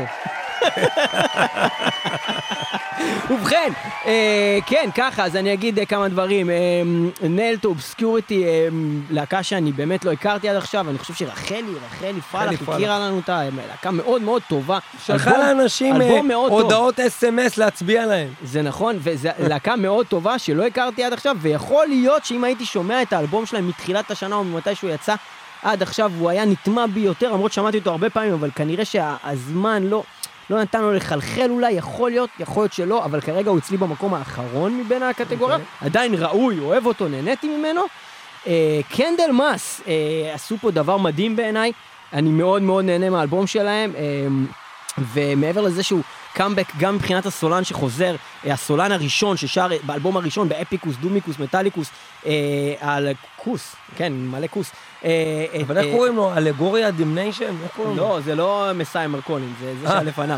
ובכן, אה, כן, ככה, אז אני אגיד אה, כמה דברים. אה, Nailed to Obscurity, אה, להקה שאני באמת לא הכרתי עד עכשיו, אני חושב שרחלי, רחלי פרלח, הכירה לנו אותה, להקה מאוד מאוד טובה. שלחה לאנשים אה, הודעות אס אם אס להצביע להם. זה נכון, וזו להקה מאוד טובה שלא הכרתי עד עכשיו, ויכול להיות שאם הייתי שומע את האלבום שלהם מתחילת השנה או ממתי שהוא יצא, עד עכשיו הוא היה נטמע בי יותר, למרות שמעתי אותו הרבה פעמים, אבל כנראה שהזמן לא... לא נתן לו לחלחל אולי, יכול להיות, יכול להיות שלא, אבל כרגע הוא אצלי במקום האחרון מבין הקטגוריה, okay. עדיין ראוי, אוהב אותו, נהניתי ממנו, קנדל מאס עשו פה דבר מדהים בעיניי, אני מאוד מאוד נהנה מהאלבום שלהם, ומעבר לזה שהוא קאמבק גם מבחינת הסולן שחוזר, הסולן הראשון ששר באלבום הראשון, באפיקוס, דומיקוס, מטליקוס, על כוס, כן, מלא כוס. אבל איך קוראים לו? אלגוריה דימניישן? לא, זה לא מסאי מרקולין, זה זה שלפניו.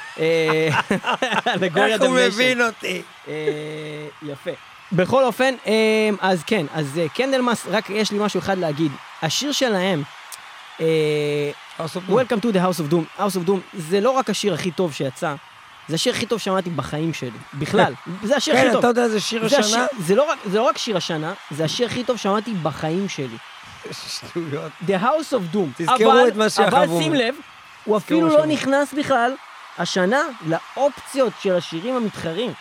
אלגוריה איך הוא דימניישן. מבין אותי? יפה. בכל אופן, אז כן, אז קנדלמאס, רק יש לי משהו אחד להגיד. השיר שלהם, Welcome to the House of Doom, House of Doom, זה לא רק השיר הכי טוב שיצא, זה השיר הכי טוב שמעתי בחיים שלי, בכלל, זה השיר הכי כן, טוב. אתה יודע, זה שיר השנה? זה לא רק שיר השנה, זה השיר הכי טוב שמעתי בחיים שלי. שטויות. The House of Doom. תזכרו את מה שאחבו. אבל שים לב, הוא אפילו לא נכנס בכלל השנה לאופציות של השירים המתחרים.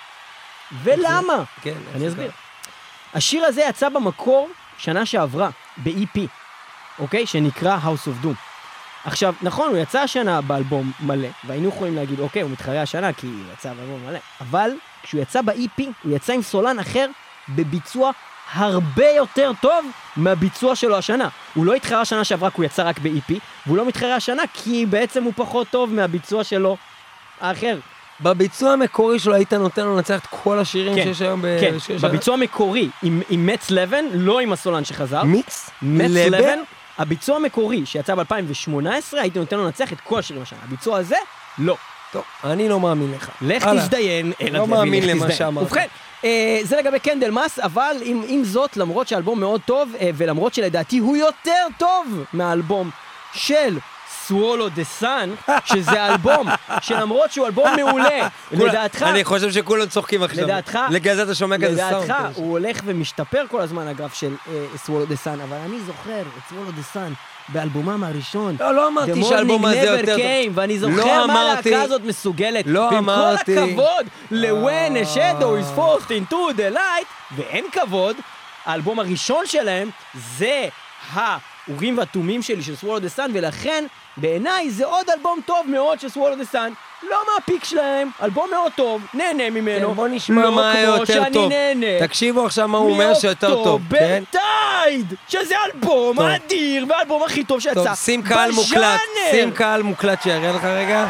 ולמה? כן, אני אסביר. השיר הזה יצא במקור שנה שעברה, ב-אי פי, אוקיי? שנקרא House of Doom. עכשיו, נכון, הוא יצא השנה באלבום מלא, והיינו יכולים להגיד, אוקיי, הוא מתחרה השנה כי הוא יצא באלבום מלא. אבל כשהוא יצא ב-אי פי, הוא יצא עם סולן אחר בביצוע הרבה יותר טוב מהביצוע שלו השנה. הוא לא התחרה השנה שעברה כי הוא יצא רק ב-אי פי, והוא לא מתחרה השנה כי בעצם הוא פחות טוב מהביצוע שלו האחר. בביצוע המקורי שלו היית נותן לו לנצח את כל השירים כן, שיש היום כן, בשיר שנה? בביצוע המקורי, עם, עם מצ לבן, לא עם הסולן שחזר. מיקס? מצ לבן? לבן, הביצוע המקורי שיצא ב-אלפיים שמונה עשרה, הייתי נותן לו לנצח את כל השירים השנה. הביצוע הזה, לא. טוב, אני לא מאמין לך. לך הלאה. תזדיין, אלעד לא לוי, מאמין לך למה תזדיין. שאמרת. ובכן, אה, זה לגבי קנדל מאס, אבל עם, עם זאת, למרות שהאלבום מאוד טוב, אה, ולמרות שלדעתי הוא יותר טוב מהאלבום של סוולו דה סאן, שזה אלבום שלמרות שהוא אלבום מעולה, לדעתך, אני חושב שכולם צוחקים עכשיו. לדעתך, לגלל זה אתה שומע כזה סאונד. לדעתך הוא הולך ומשתפר כל הזמן הגרף של סוולו דה סאן, אבל אני זוכר את סוולו דה סאן באלבומם הראשון. לא, לא אמרתי שהאלבום הזה יותר טוב. ואני זוכר מה הלהקה הזאת מסוגלת. לא אמרתי. ועם כל הכבוד ל-When a Shadow is forced into the light, ואין כבוד, האלבום הראשון שלהם זה האורים והתומים שלי של סוולו דה סאן, ולכן בעיניי זה עוד אלבום טוב מאוד של סוולו דה סאן, לא מהפיק שלהם, אלבום מאוד טוב, נהנה ממנו. כן, בוא נשמע מה יותר טוב. תקשיבו עכשיו מה הוא אומר שיותר טוב. מאוקטוברטייד, שזה אלבום טוב. אדיר, והאלבום הכי טוב שיצא. טוב, שים קהל מוקלט, שים קהל מוקלט שיראה לך רגע.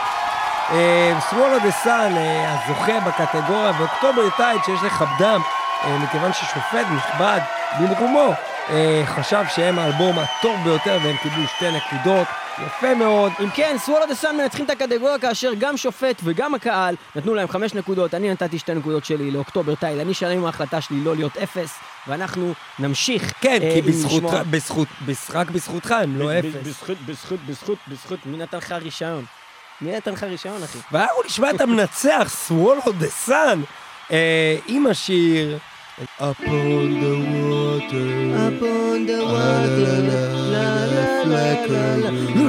סוולו דה סאן, הזוכה בקטגוריה, ואוקטוברטייד שיש לכבדם, מכיוון ששופט נכבד במקומו, חשב שהם האלבום הטוב ביותר, והם קיבלו שתי נקודות. יפה מאוד. אם כן, סוולו דה סאן מנצחים את הקטגוריה כאשר גם שופט וגם הקהל נתנו להם חמש נקודות. אני נתתי שתי נקודות שלי לאוקטוברטייד. אני שלם עם ההחלטה שלי לא להיות אפס, ואנחנו נמשיך. כן, אה, כי בזכות, לשמוע... בזכות, רק בזכותך הם לא אפס. בזכות, בזכות, בזכות, בזכות. מי נתן לך רישיון? מי נתן לך רישיון, אחי? ואנחנו נשמע את המנצח, סוולו דה סאן, עם השיר Upon the water, Upon the water, la la la la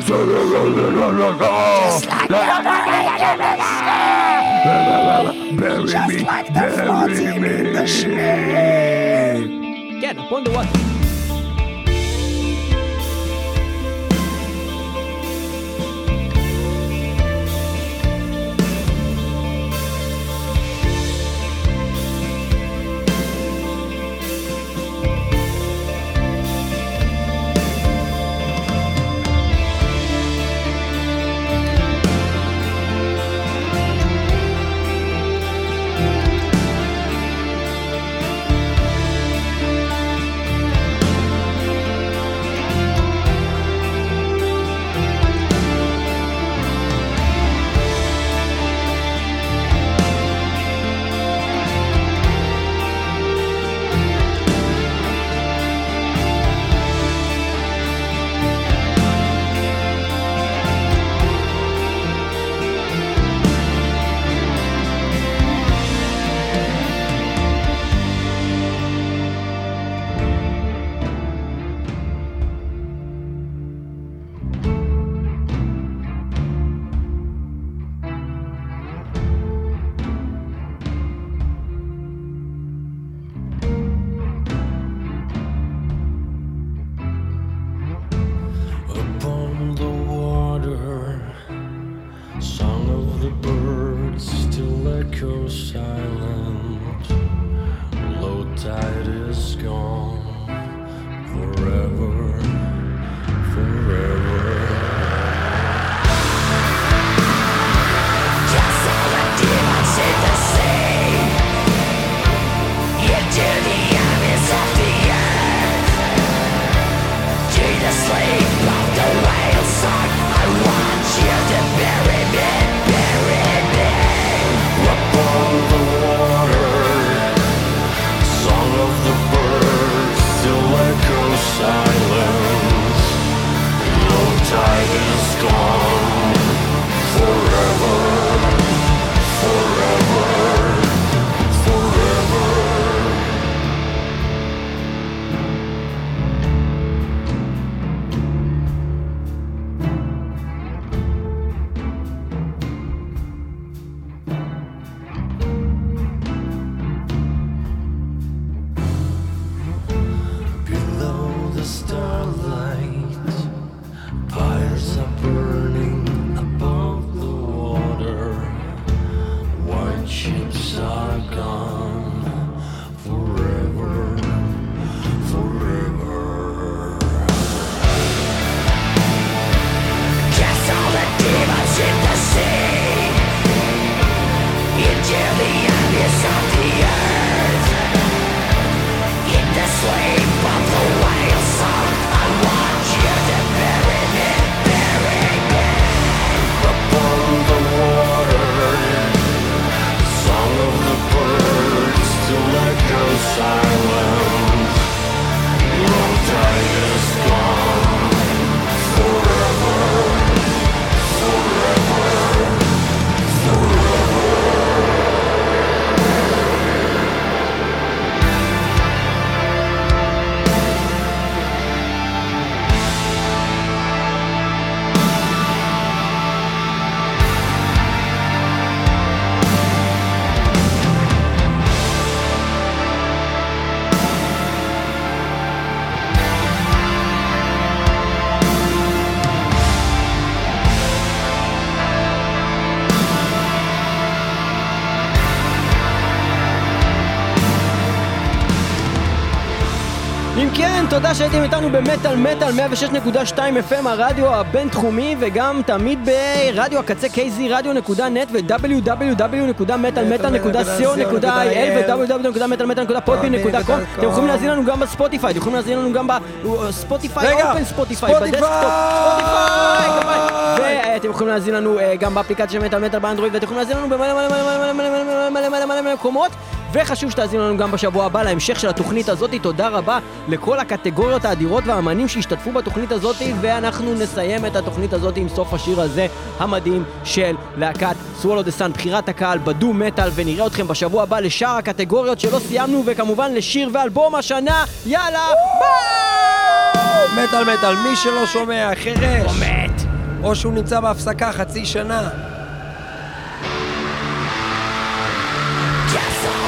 la. Bury me, bury me. כן, Upon the water. כן, תודה שהייתם איתנו במטל מטל מאה ושש נקודה שתיים אף אם, הרדיו הבינתחומי, וגם תמיד ברדיו הקצה קיי זי רדיו נקודה נט ו-דאבליו דאבליו דאבליו נקודה מטל מטל נקודה סי או נקודה איי אל ו-דאבליו דאבליו נקודה מטל מטל נקודה פודבין נקודה קום. אתם יכולים להזין לנו גם בספוטיפיי, אתם יכולים להזין לנו גם בספוטיפיי, אופן ספוטיפיי, בדסקטופ, ספוטיפיי, ואתם יכולים להזין לנו גם באפליקציה של מטל מטל באנדרואיד, ואתם יכולים להזין לנו במלא מלא מלא מלא מלא מלא מלא מלא מקומות. וחשוב שתאזינו לנו גם בשבוע הבא להמשך של התוכנית הזאת. תודה רבה לכל הקטגוריות האדירות והאמנים שהשתתפו בתוכנית הזאת, ואנחנו נסיים את התוכנית הזאת עם סוף השיר הזה המדהים של להקת Swallow the Sun, בחירת הקהל בדו מטל, ונראה אתכם בשבוע הבא לשאר הקטגוריות שלא סיימנו, וכמובן לשיר ואלבום השנה. יאללה, ביי! מטל מטל, מי שלא שומע, חרש, או מת, או שהוא נמצא בהפסקה חצי שנה. Yes,